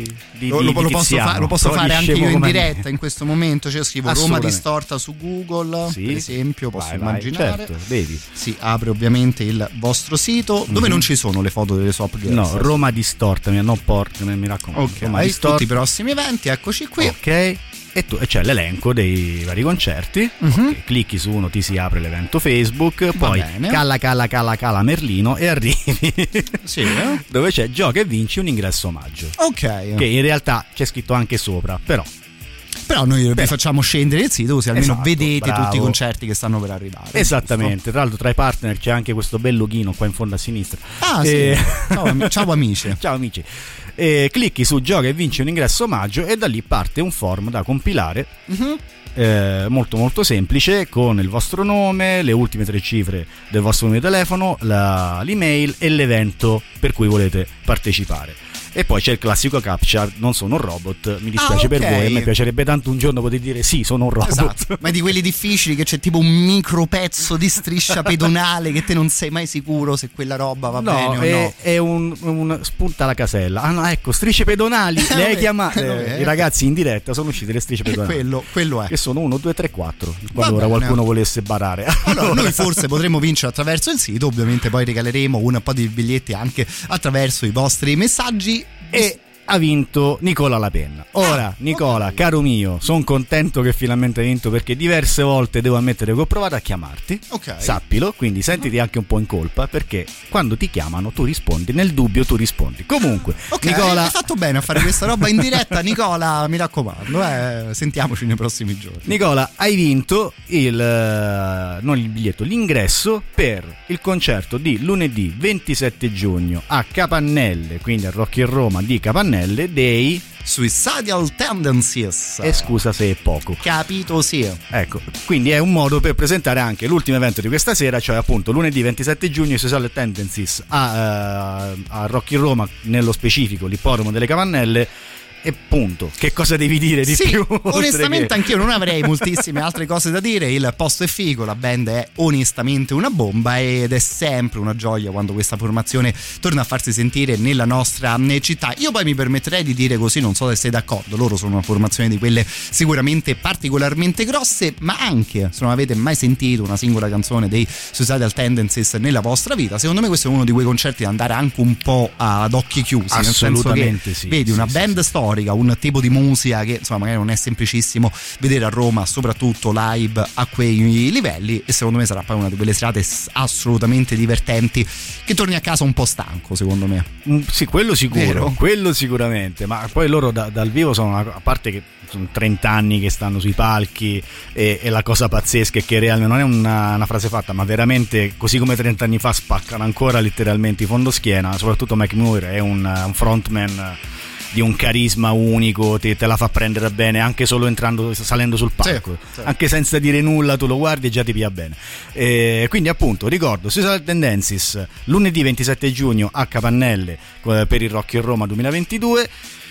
lo posso fare anche io in diretta in questo momento, cioè scrivo Roma Distorta su Google, sì, per esempio, posso immaginare. Certo, vedi. Si apre ovviamente il vostro sito dove non ci sono le foto delle Soap Girls. No, Roma Distorta, mi raccomando. Ok, Roma Distorta. Tutti i prossimi eventi, eccoci qui. Ok. E c'è l'elenco dei vari concerti. Okay, clicchi su uno, ti si apre l'evento Facebook, poi cala Merlino e arrivi dove c'è gioca e vinci un ingresso omaggio. Ok. Che in realtà c'è scritto anche sopra, però noi vi facciamo scendere il sito così almeno vedete tutti i concerti che stanno per arrivare. Esattamente, giusto? Tra l'altro tra i partner c'è anche questo bel loghino qua in fondo a sinistra. Sì. Ciao amici. Ciao amici. Clicchi su gioca e vinci un ingresso omaggio e da lì parte un form da compilare. Molto molto semplice, con il vostro nome, le ultime 3 cifre del vostro numero di telefono, l'email e l'evento per cui volete partecipare. E poi c'è il classico captcha, non sono un robot, mi dispiace per voi, a me piacerebbe tanto un giorno poter dire sì, sono un robot. Esatto. Ma di quelli difficili che c'è tipo un micro pezzo di striscia pedonale che te non sei mai sicuro se quella roba va bene o no. È un spunta la casella. Ah no, ecco, strisce pedonali, le hai chiamate. I ragazzi in diretta sono uscite le strisce pedonali. Quello è. Che sono 1, 2, 3, 4, qualora qualcuno volesse barare. Allora, noi forse potremmo vincere attraverso il sito, ovviamente poi regaleremo un po' di biglietti anche attraverso i vostri messaggi. E ha vinto Nicola La Penna. Ora, Nicola, caro mio, sono contento che finalmente hai vinto, perché diverse volte devo ammettere che ho provato a chiamarti. Sappilo, quindi sentiti anche un po' in colpa, perché quando ti chiamano tu rispondi, nel dubbio tu rispondi. Comunque, Nicola, hai fatto bene a fare questa roba in diretta, Nicola, mi raccomando, sentiamoci nei prossimi giorni. Nicola, hai vinto non il biglietto, l'ingresso per il concerto di lunedì 27 giugno a Capannelle, quindi al Rock in Roma di Capannelle, dei Suicidal Tendencies. E scusa se è poco. Capito, sì. Ecco, quindi è un modo per presentare anche l'ultimo evento di questa sera, cioè appunto lunedì 27 giugno i Suicidal Tendencies a Rock in Roma, nello specifico l'Ippodromo delle Capannelle. E punto. Che cosa devi dire di più? Onestamente anch'io non avrei moltissime altre cose da dire. Il posto è figo, la band è onestamente una bomba ed è sempre una gioia quando questa formazione torna a farsi sentire nella nostra città. Io poi mi permetterei di dire così, non so se sei d'accordo, loro sono una formazione di quelle sicuramente particolarmente grosse, ma anche se non avete mai sentito una singola canzone dei Suicidal Tendencies nella vostra vita, secondo me questo è uno di quei concerti da andare anche un po' ad occhi chiusi. Assolutamente, nel senso che vedi una band storica, un tipo di musica che insomma magari non è semplicissimo vedere a Roma, soprattutto live a quei livelli, e secondo me sarà poi una di quelle serate assolutamente divertenti che torni a casa un po' stanco, secondo me. Sì, quello sicuro, quello sicuramente, ma poi loro dal vivo sono, a parte che sono 30 anni che stanno sui palchi, e la cosa pazzesca è che realmente non è una frase fatta, ma veramente così come 30 anni fa spaccano ancora letteralmente i fondoschiena. Soprattutto Mike Muir è un frontman di un carisma unico, te la fa prendere bene anche solo salendo sul palco, sì. Anche senza dire nulla tu lo guardi e già ti pia bene. Quindi appunto ricordo Suicidal Tendencies lunedì 27 giugno a Capannelle per il Rock in Roma 2022.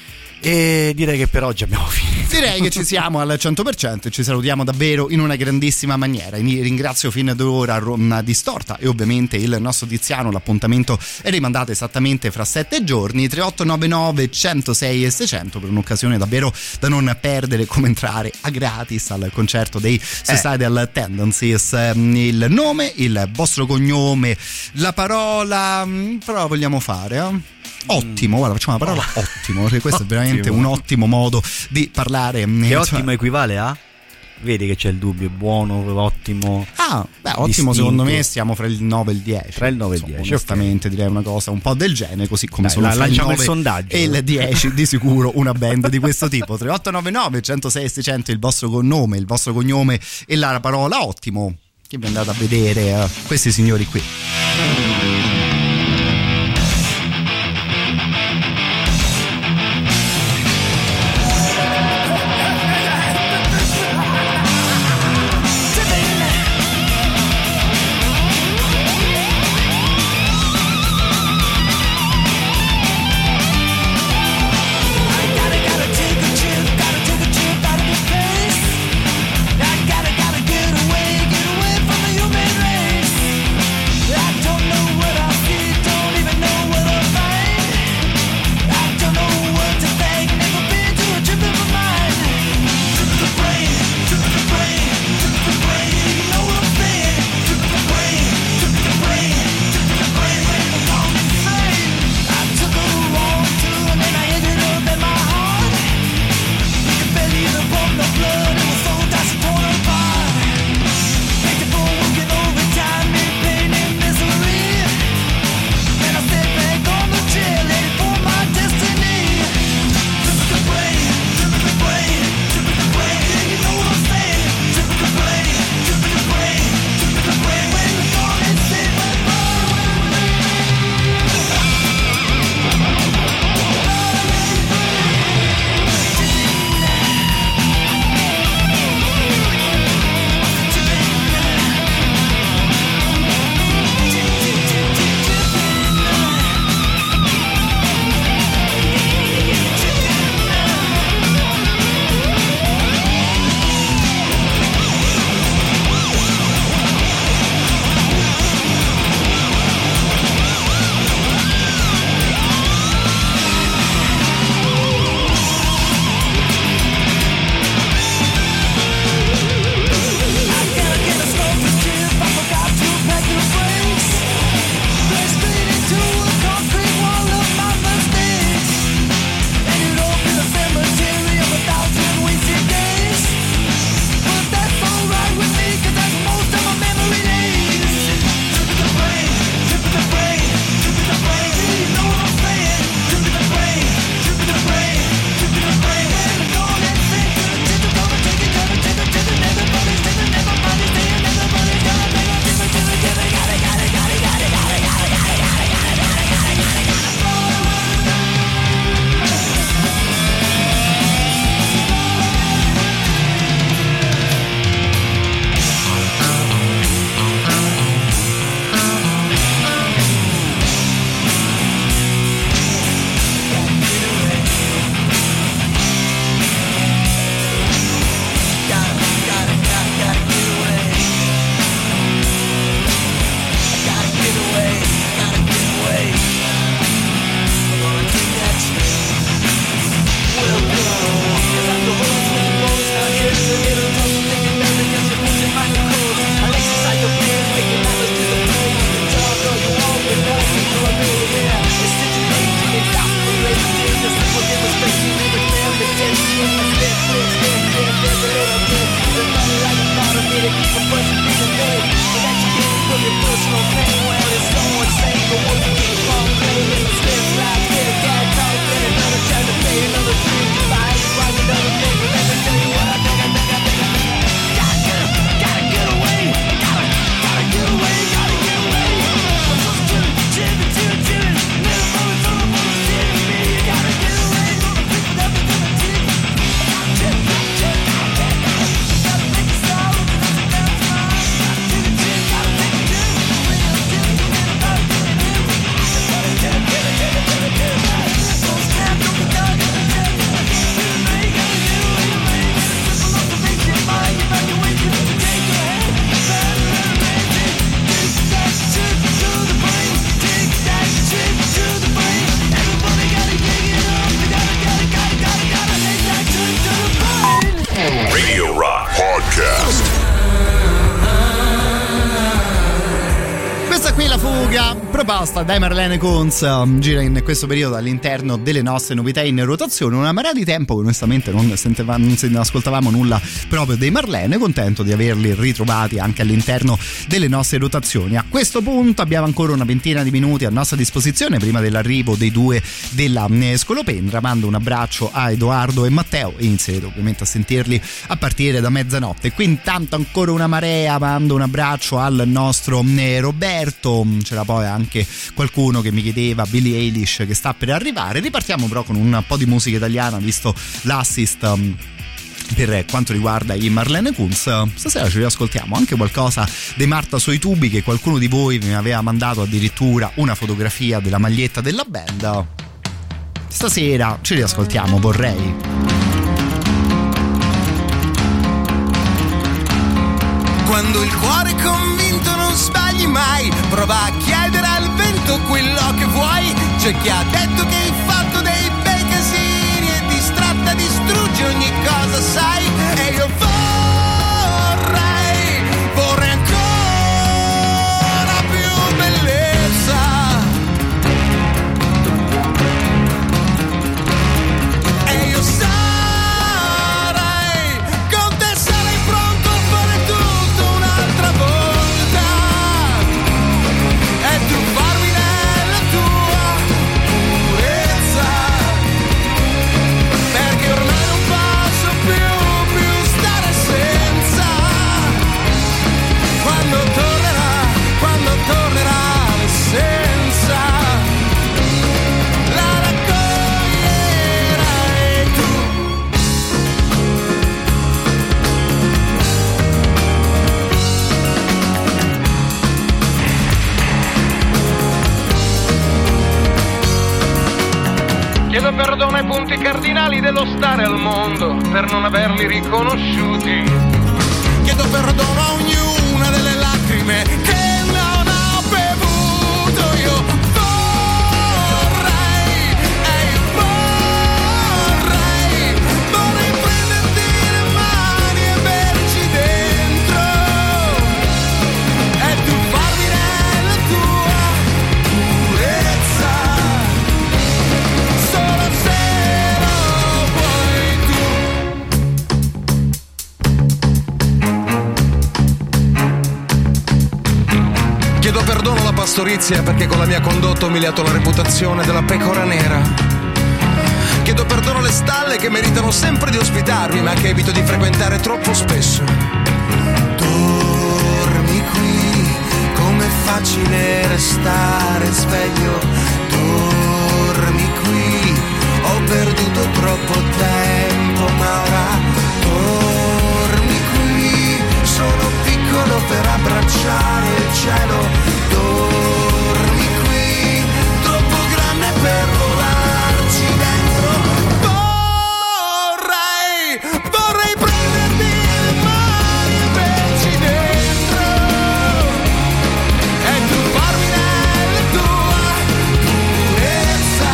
E direi che per oggi abbiamo finito. Direi che ci siamo al 100% e ci salutiamo davvero in una grandissima maniera. Ringrazio fin d'ora Ron Distorta e ovviamente il nostro Tiziano. L'appuntamento è rimandato esattamente fra 7 giorni, 3899 106 e 600, per un'occasione davvero da non perdere, come entrare a gratis al concerto dei Suicidal Tendencies. Il nome, il vostro cognome, la parola, però vogliamo fare ottimo, guarda, facciamo una parola ottimo, perché questo è veramente un ottimo modo di parlare. Che ottimo equivale a? Vedi che c'è il dubbio, buono, ottimo. Ottimo, distinto. Secondo me stiamo fra il 9 e il 10. Tra il 9 e il 10. Onestamente direi una cosa un po' del genere, così come Dai, sono fra il 9 il sondaggio. e il 10 di sicuro una band di questo tipo. 3899 106 600 il vostro nome, il vostro cognome e la parola ottimo. Che vi andate a vedere questi signori qui. qui la fuga proposta dai Marlene Kunz, gira in questo periodo all'interno delle nostre novità in rotazione. Una marea di tempo che onestamente non ascoltavamo nulla proprio dei Marlene, contento di averli ritrovati anche all'interno delle nostre rotazioni. A questo punto abbiamo ancora una ventina di minuti a nostra disposizione prima dell'arrivo dei due della Scolopendra. Mando un abbraccio a Edoardo e Matteo e inizierete ovviamente a sentirli a partire da mezzanotte. Qui intanto ancora una marea, mando un abbraccio al nostro Roberto. C'era poi anche qualcuno che mi chiedeva Billie Eilish che sta per arrivare. Ripartiamo però con un po' di musica italiana, visto l'assist per quanto riguarda i Marlene Kunz. Stasera ci riascoltiamo anche qualcosa dei Marta sui tubi, che qualcuno di voi mi aveva mandato addirittura una fotografia della maglietta della band. Stasera ci riascoltiamo Vorrei. Quando il cuore è convinto non sbagli mai, prova a chiedere al vento quello che vuoi. C'è chi ha detto che hai fatto dei bei casini e distratta distruggi ogni cosa, sai. E io vorrei ancora più bellezza. E io sarei con te, sarei pronto a fare tutto un'altra volta e trovarmi nella tua purezza, perché ormai non posso più stare senza. Quando tornerà l'essenza, la raccoglierai tu. Chiedo perdono ai punti cardinali dello stare al mondo per non averli riconosciuti. Chiedo perdono a ognuna delle lacrime che non ho bevuto. Io vorrei prenderti le mani e berci dentro e tuffarmi nella tua purezza. Solo se lo vuoi tu. Chiedo perdono alla pastorizia perché con la mia condotta ho umiliato la reputazione della pecora nera. Chiedo perdono alle stalle che meritano sempre di ospitarmi ma che evito di frequentare troppo spesso. Dormi qui, com'è facile restare sveglio. Dormi qui, ho perduto troppo tempo ma ora dormi qui. Sono piccolo per abbracciare il cielo. Dormi qui, troppo grande per volarci dentro. Vorrei prenderti le mani e berci dentro e tuffarmi nella tua purezza,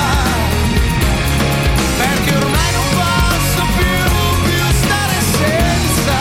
perché ormai non posso più stare senza.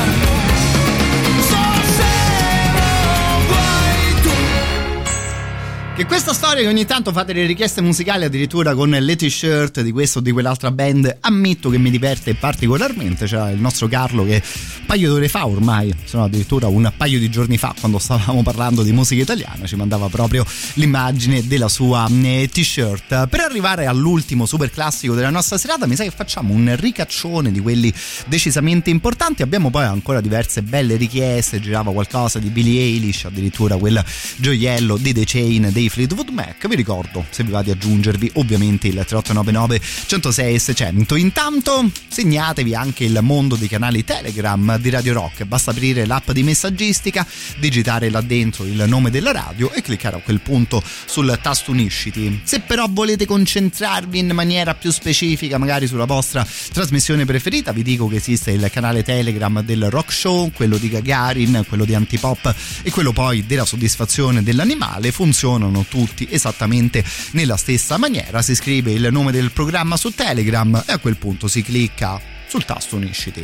Solo se lo vuoi tu. Che questa storia che ogni tanto fate le richieste musicali addirittura con le t-shirt di questo o di quell'altra band, ammetto che mi diverte particolarmente. C'era il nostro Carlo che un paio d'ore fa ormai, se no addirittura un paio di giorni fa, quando stavamo parlando di musica italiana, ci mandava proprio l'immagine della sua t-shirt. Per arrivare all'ultimo super classico della nostra serata, mi sa che facciamo un ricaccione di quelli decisamente importanti. Abbiamo poi ancora diverse belle richieste, girava qualcosa di Billie Eilish, addirittura quel gioiello di The Chain dei Fleetwood Mac. Vi ricordo, se vi va di aggiungervi, ovviamente il 3899 106 e 600. Intanto segnatevi anche il mondo dei canali Telegram di Radio Rock. Basta aprire l'app di messaggistica, digitare là dentro il nome della radio e cliccare a quel punto sul tasto unisciti. Se però volete concentrarvi in maniera più specifica magari sulla vostra trasmissione preferita, vi dico che esiste il canale Telegram del Rock Show, quello di Gagarin, quello di Antipop e quello poi della soddisfazione dell'animale. Funzionano tutti esattamente nella stessa maniera. Si scrive il nome del programma su Telegram e a quel punto si clicca sul tasto unisciti.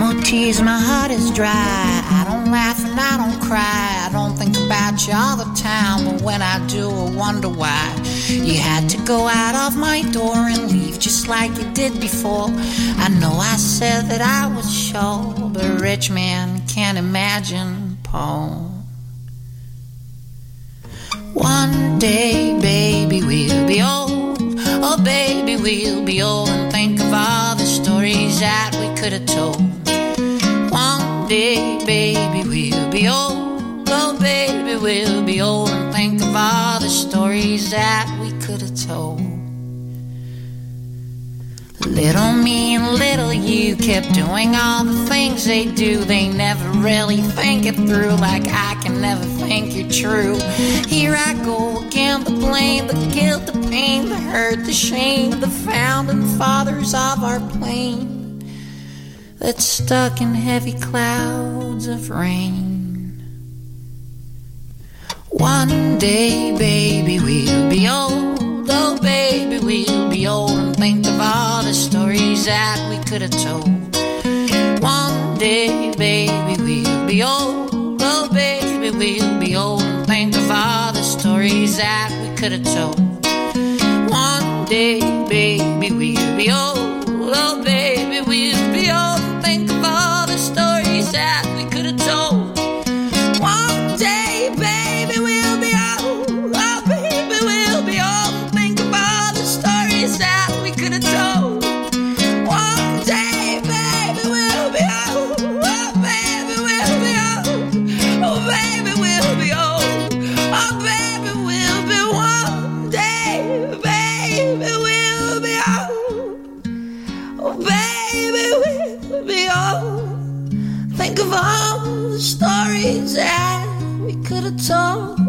no tears, my heart is dry. I don't laugh and I don't cry. I don't think about you all the time, but when I do, I wonder why you had to go out of my door and leave just like you did before. I know I said that I was sure, but a rich man can't imagine Paul. One day, baby, we'll be old. Oh, baby, we'll be old and think of all the stories that we could have told. One day, baby, we'll be old. Oh, baby, we'll be old and think of all the stories that we could have told. Little me and little you kept doing all the things they do. They never really think it through, like I can never think you're true. Here I go again, the blame, the guilt, the pain, the hurt, the shame, the founding fathers of our plane that's stuck in heavy clouds of rain. One day, baby, we'll be old. Oh, baby, we'll be old and think of all the stories that we could have told. One day, baby, we'll be old. Oh, baby, we'll be old and think of all the stories that we could have told. One day, baby, we'll be old. Oh, baby, we'll be old and think of all the stories that we could have told. One day, baby, we'll be old. Oh, baby, we'll be old. That we could have told. One day, baby, we'll be old. Oh, baby, we'll be old. Oh, baby, we'll be old. Oh, baby, we'll be one day. Baby, we'll be old. Oh, baby, we'll be old. Think of all the stories that we could have told.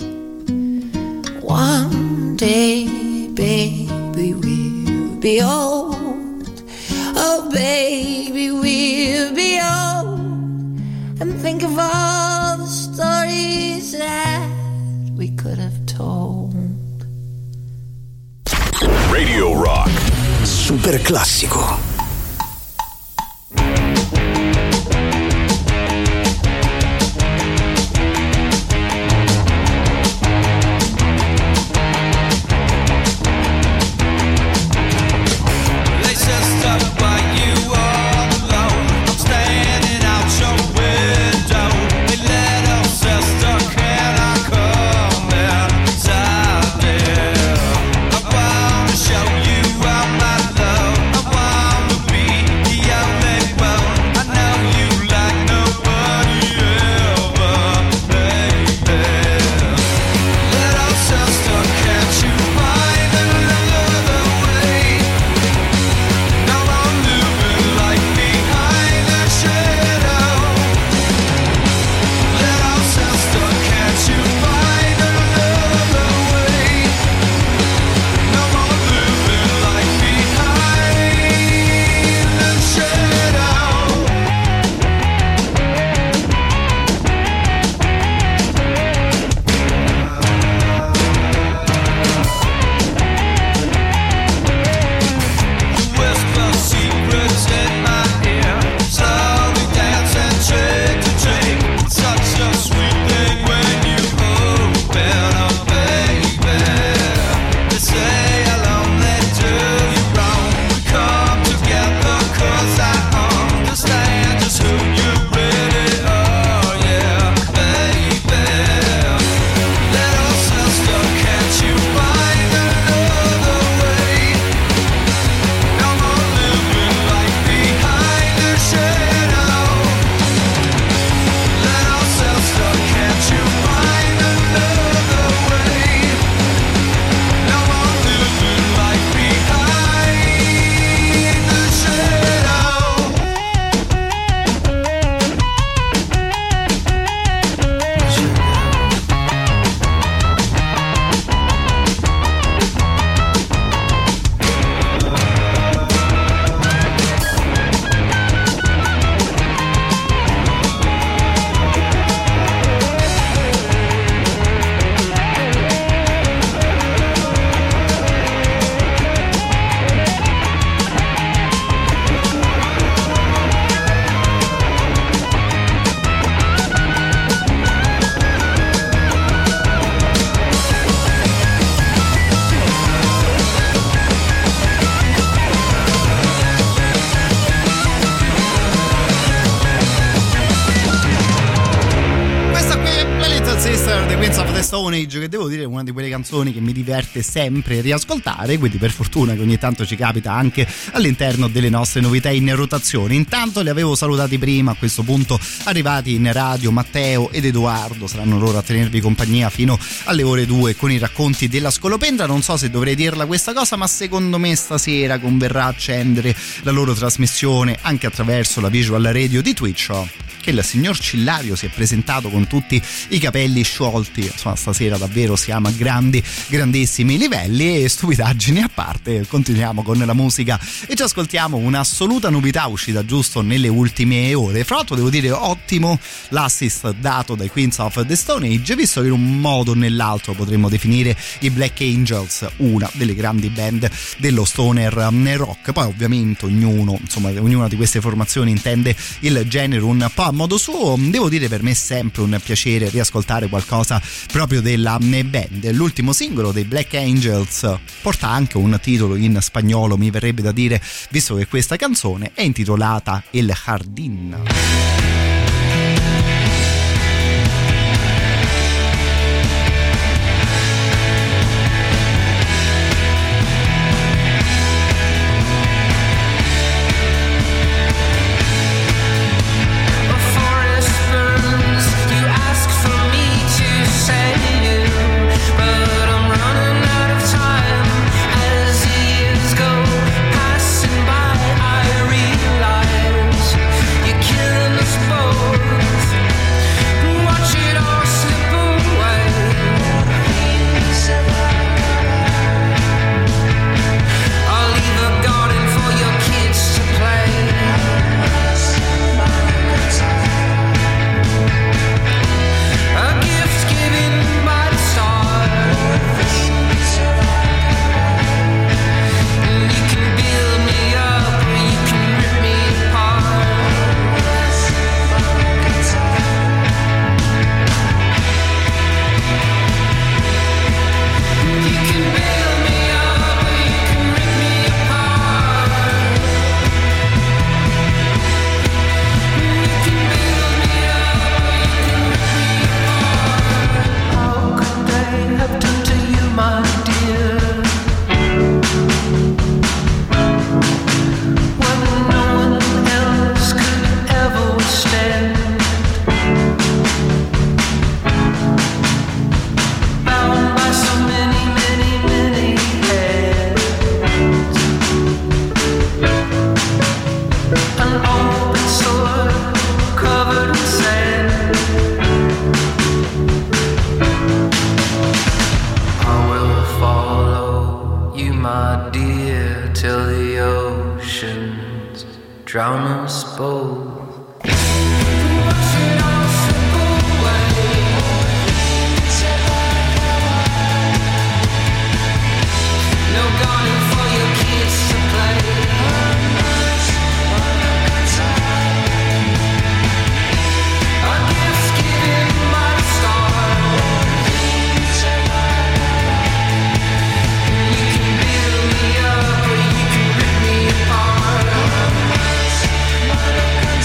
One day, baby, we'll be old. Oh, baby, we'll be old. And think of all the stories that we could have told. Radio Rock. Super classico. I wanna show you all my love. I wanna Stone Age, che devo dire è una di quelle canzoni che mi diverte sempre riascoltare, quindi per fortuna che ogni tanto ci capita anche all'interno delle nostre novità in rotazione. Intanto li avevo salutati prima, a questo punto arrivati in radio Matteo ed Edoardo, saranno loro a tenervi compagnia fino alle ore 2 con i racconti della Scolopendra. Non so se dovrei dirla questa cosa, ma secondo me stasera converrà accendere la loro trasmissione anche attraverso la visual radio di Twitch, che il signor Cillario si è presentato con tutti i capelli sciolti. Insomma, stasera davvero siamo a grandissimi livelli. E stupidaggini a parte, continuiamo con la musica e ci ascoltiamo un'assoluta novità uscita giusto nelle ultime ore. Fra l'altro devo dire ottimo l'assist dato dai Queens of the Stone Age, visto che in un modo o nell'altro potremmo definire i Black Angels una delle grandi band dello stoner rock. Poi ovviamente ognuna di queste formazioni intende il genere un po' a modo suo. Devo dire, per me è sempre un piacere riascoltare qualcosa proprio della band. L'ultimo singolo dei Black Angels porta anche un titolo in spagnolo, mi verrebbe da dire, visto che questa canzone è intitolata El Jardín. drown us both. Control.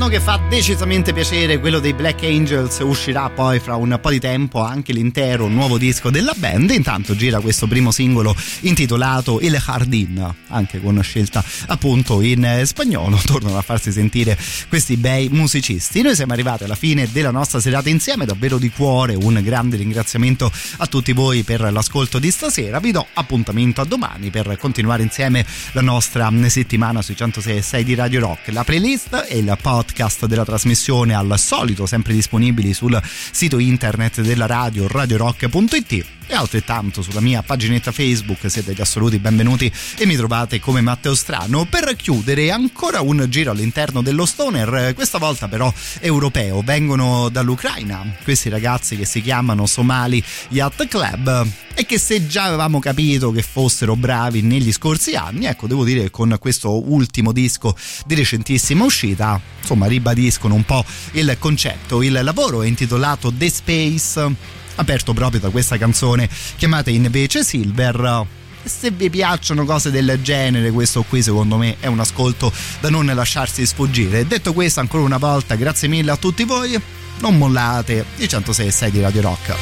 brano che fa decisamente piacere, quello dei Black Angels. Uscirà poi fra un po' di tempo anche l'intero nuovo disco della band. Intanto gira questo primo singolo intitolato Il Jardín, anche con scelta appunto in spagnolo. Tornano a farsi sentire questi bei musicisti. Noi siamo arrivati alla fine della nostra serata insieme, davvero di cuore un grande ringraziamento a tutti voi per l'ascolto di stasera. Vi do appuntamento a domani per continuare insieme la nostra settimana sui 106.6 di Radio Rock. La playlist e il podcast della trasmissione al solito sempre disponibili sul sito internet della radio, radiorock.it, e altrettanto sulla mia paginetta Facebook. Siete gli assoluti benvenuti e mi trovate come Matteo Strano. Per chiudere ancora un giro all'interno dello stoner, questa volta però europeo. Vengono dall'Ucraina questi ragazzi che si chiamano Somali Yacht Club e che, se già avevamo capito che fossero bravi negli scorsi anni, ecco, devo dire che con questo ultimo disco di recentissima uscita, insomma, ribadiscono un po' il concetto. Il lavoro è intitolato The Space, aperto proprio da questa canzone chiamata invece Silver. Se vi piacciono cose del genere, questo qui secondo me è un ascolto da non lasciarsi sfuggire. Detto questo, ancora una volta grazie mille a tutti voi, non mollate i 106.6 di Radio Rock.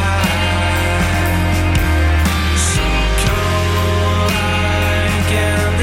Again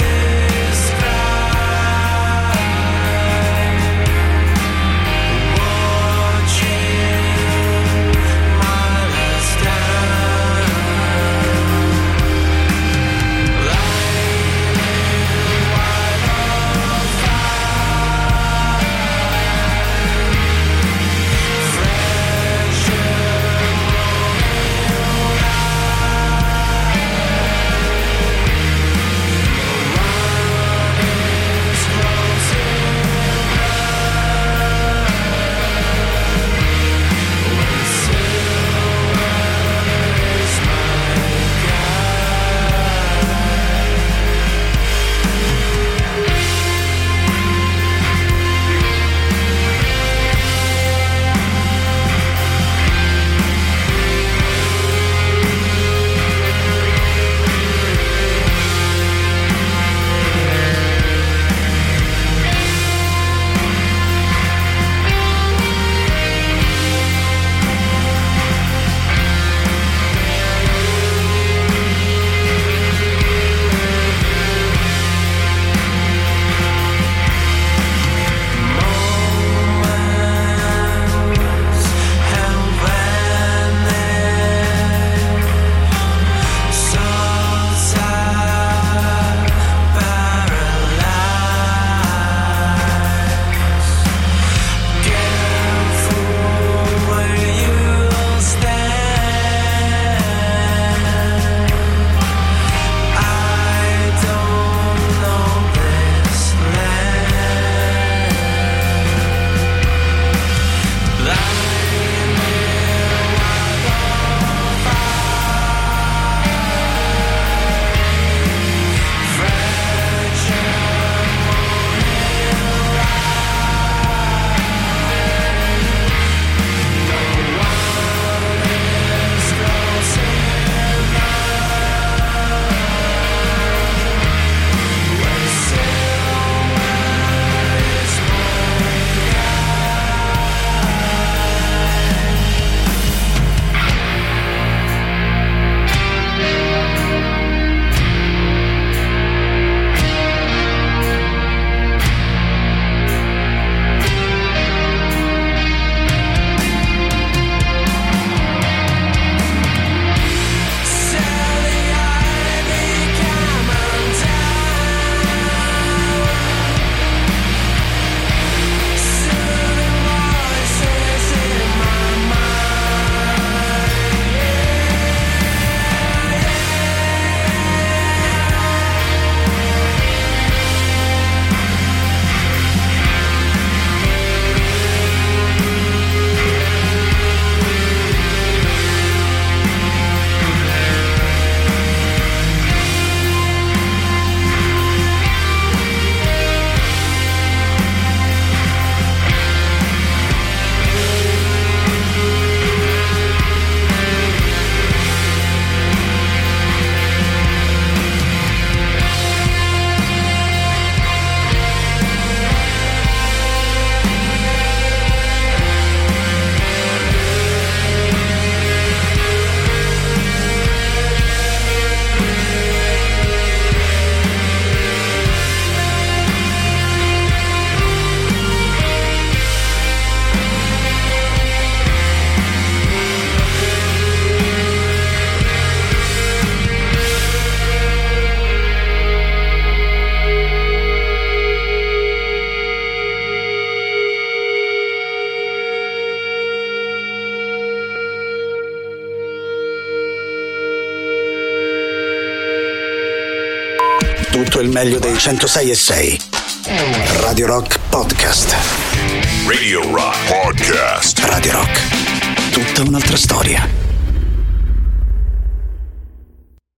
Tutto il meglio dei 106.6. Radio Rock Podcast. Radio Rock Podcast. Radio Rock. Tutta un'altra storia.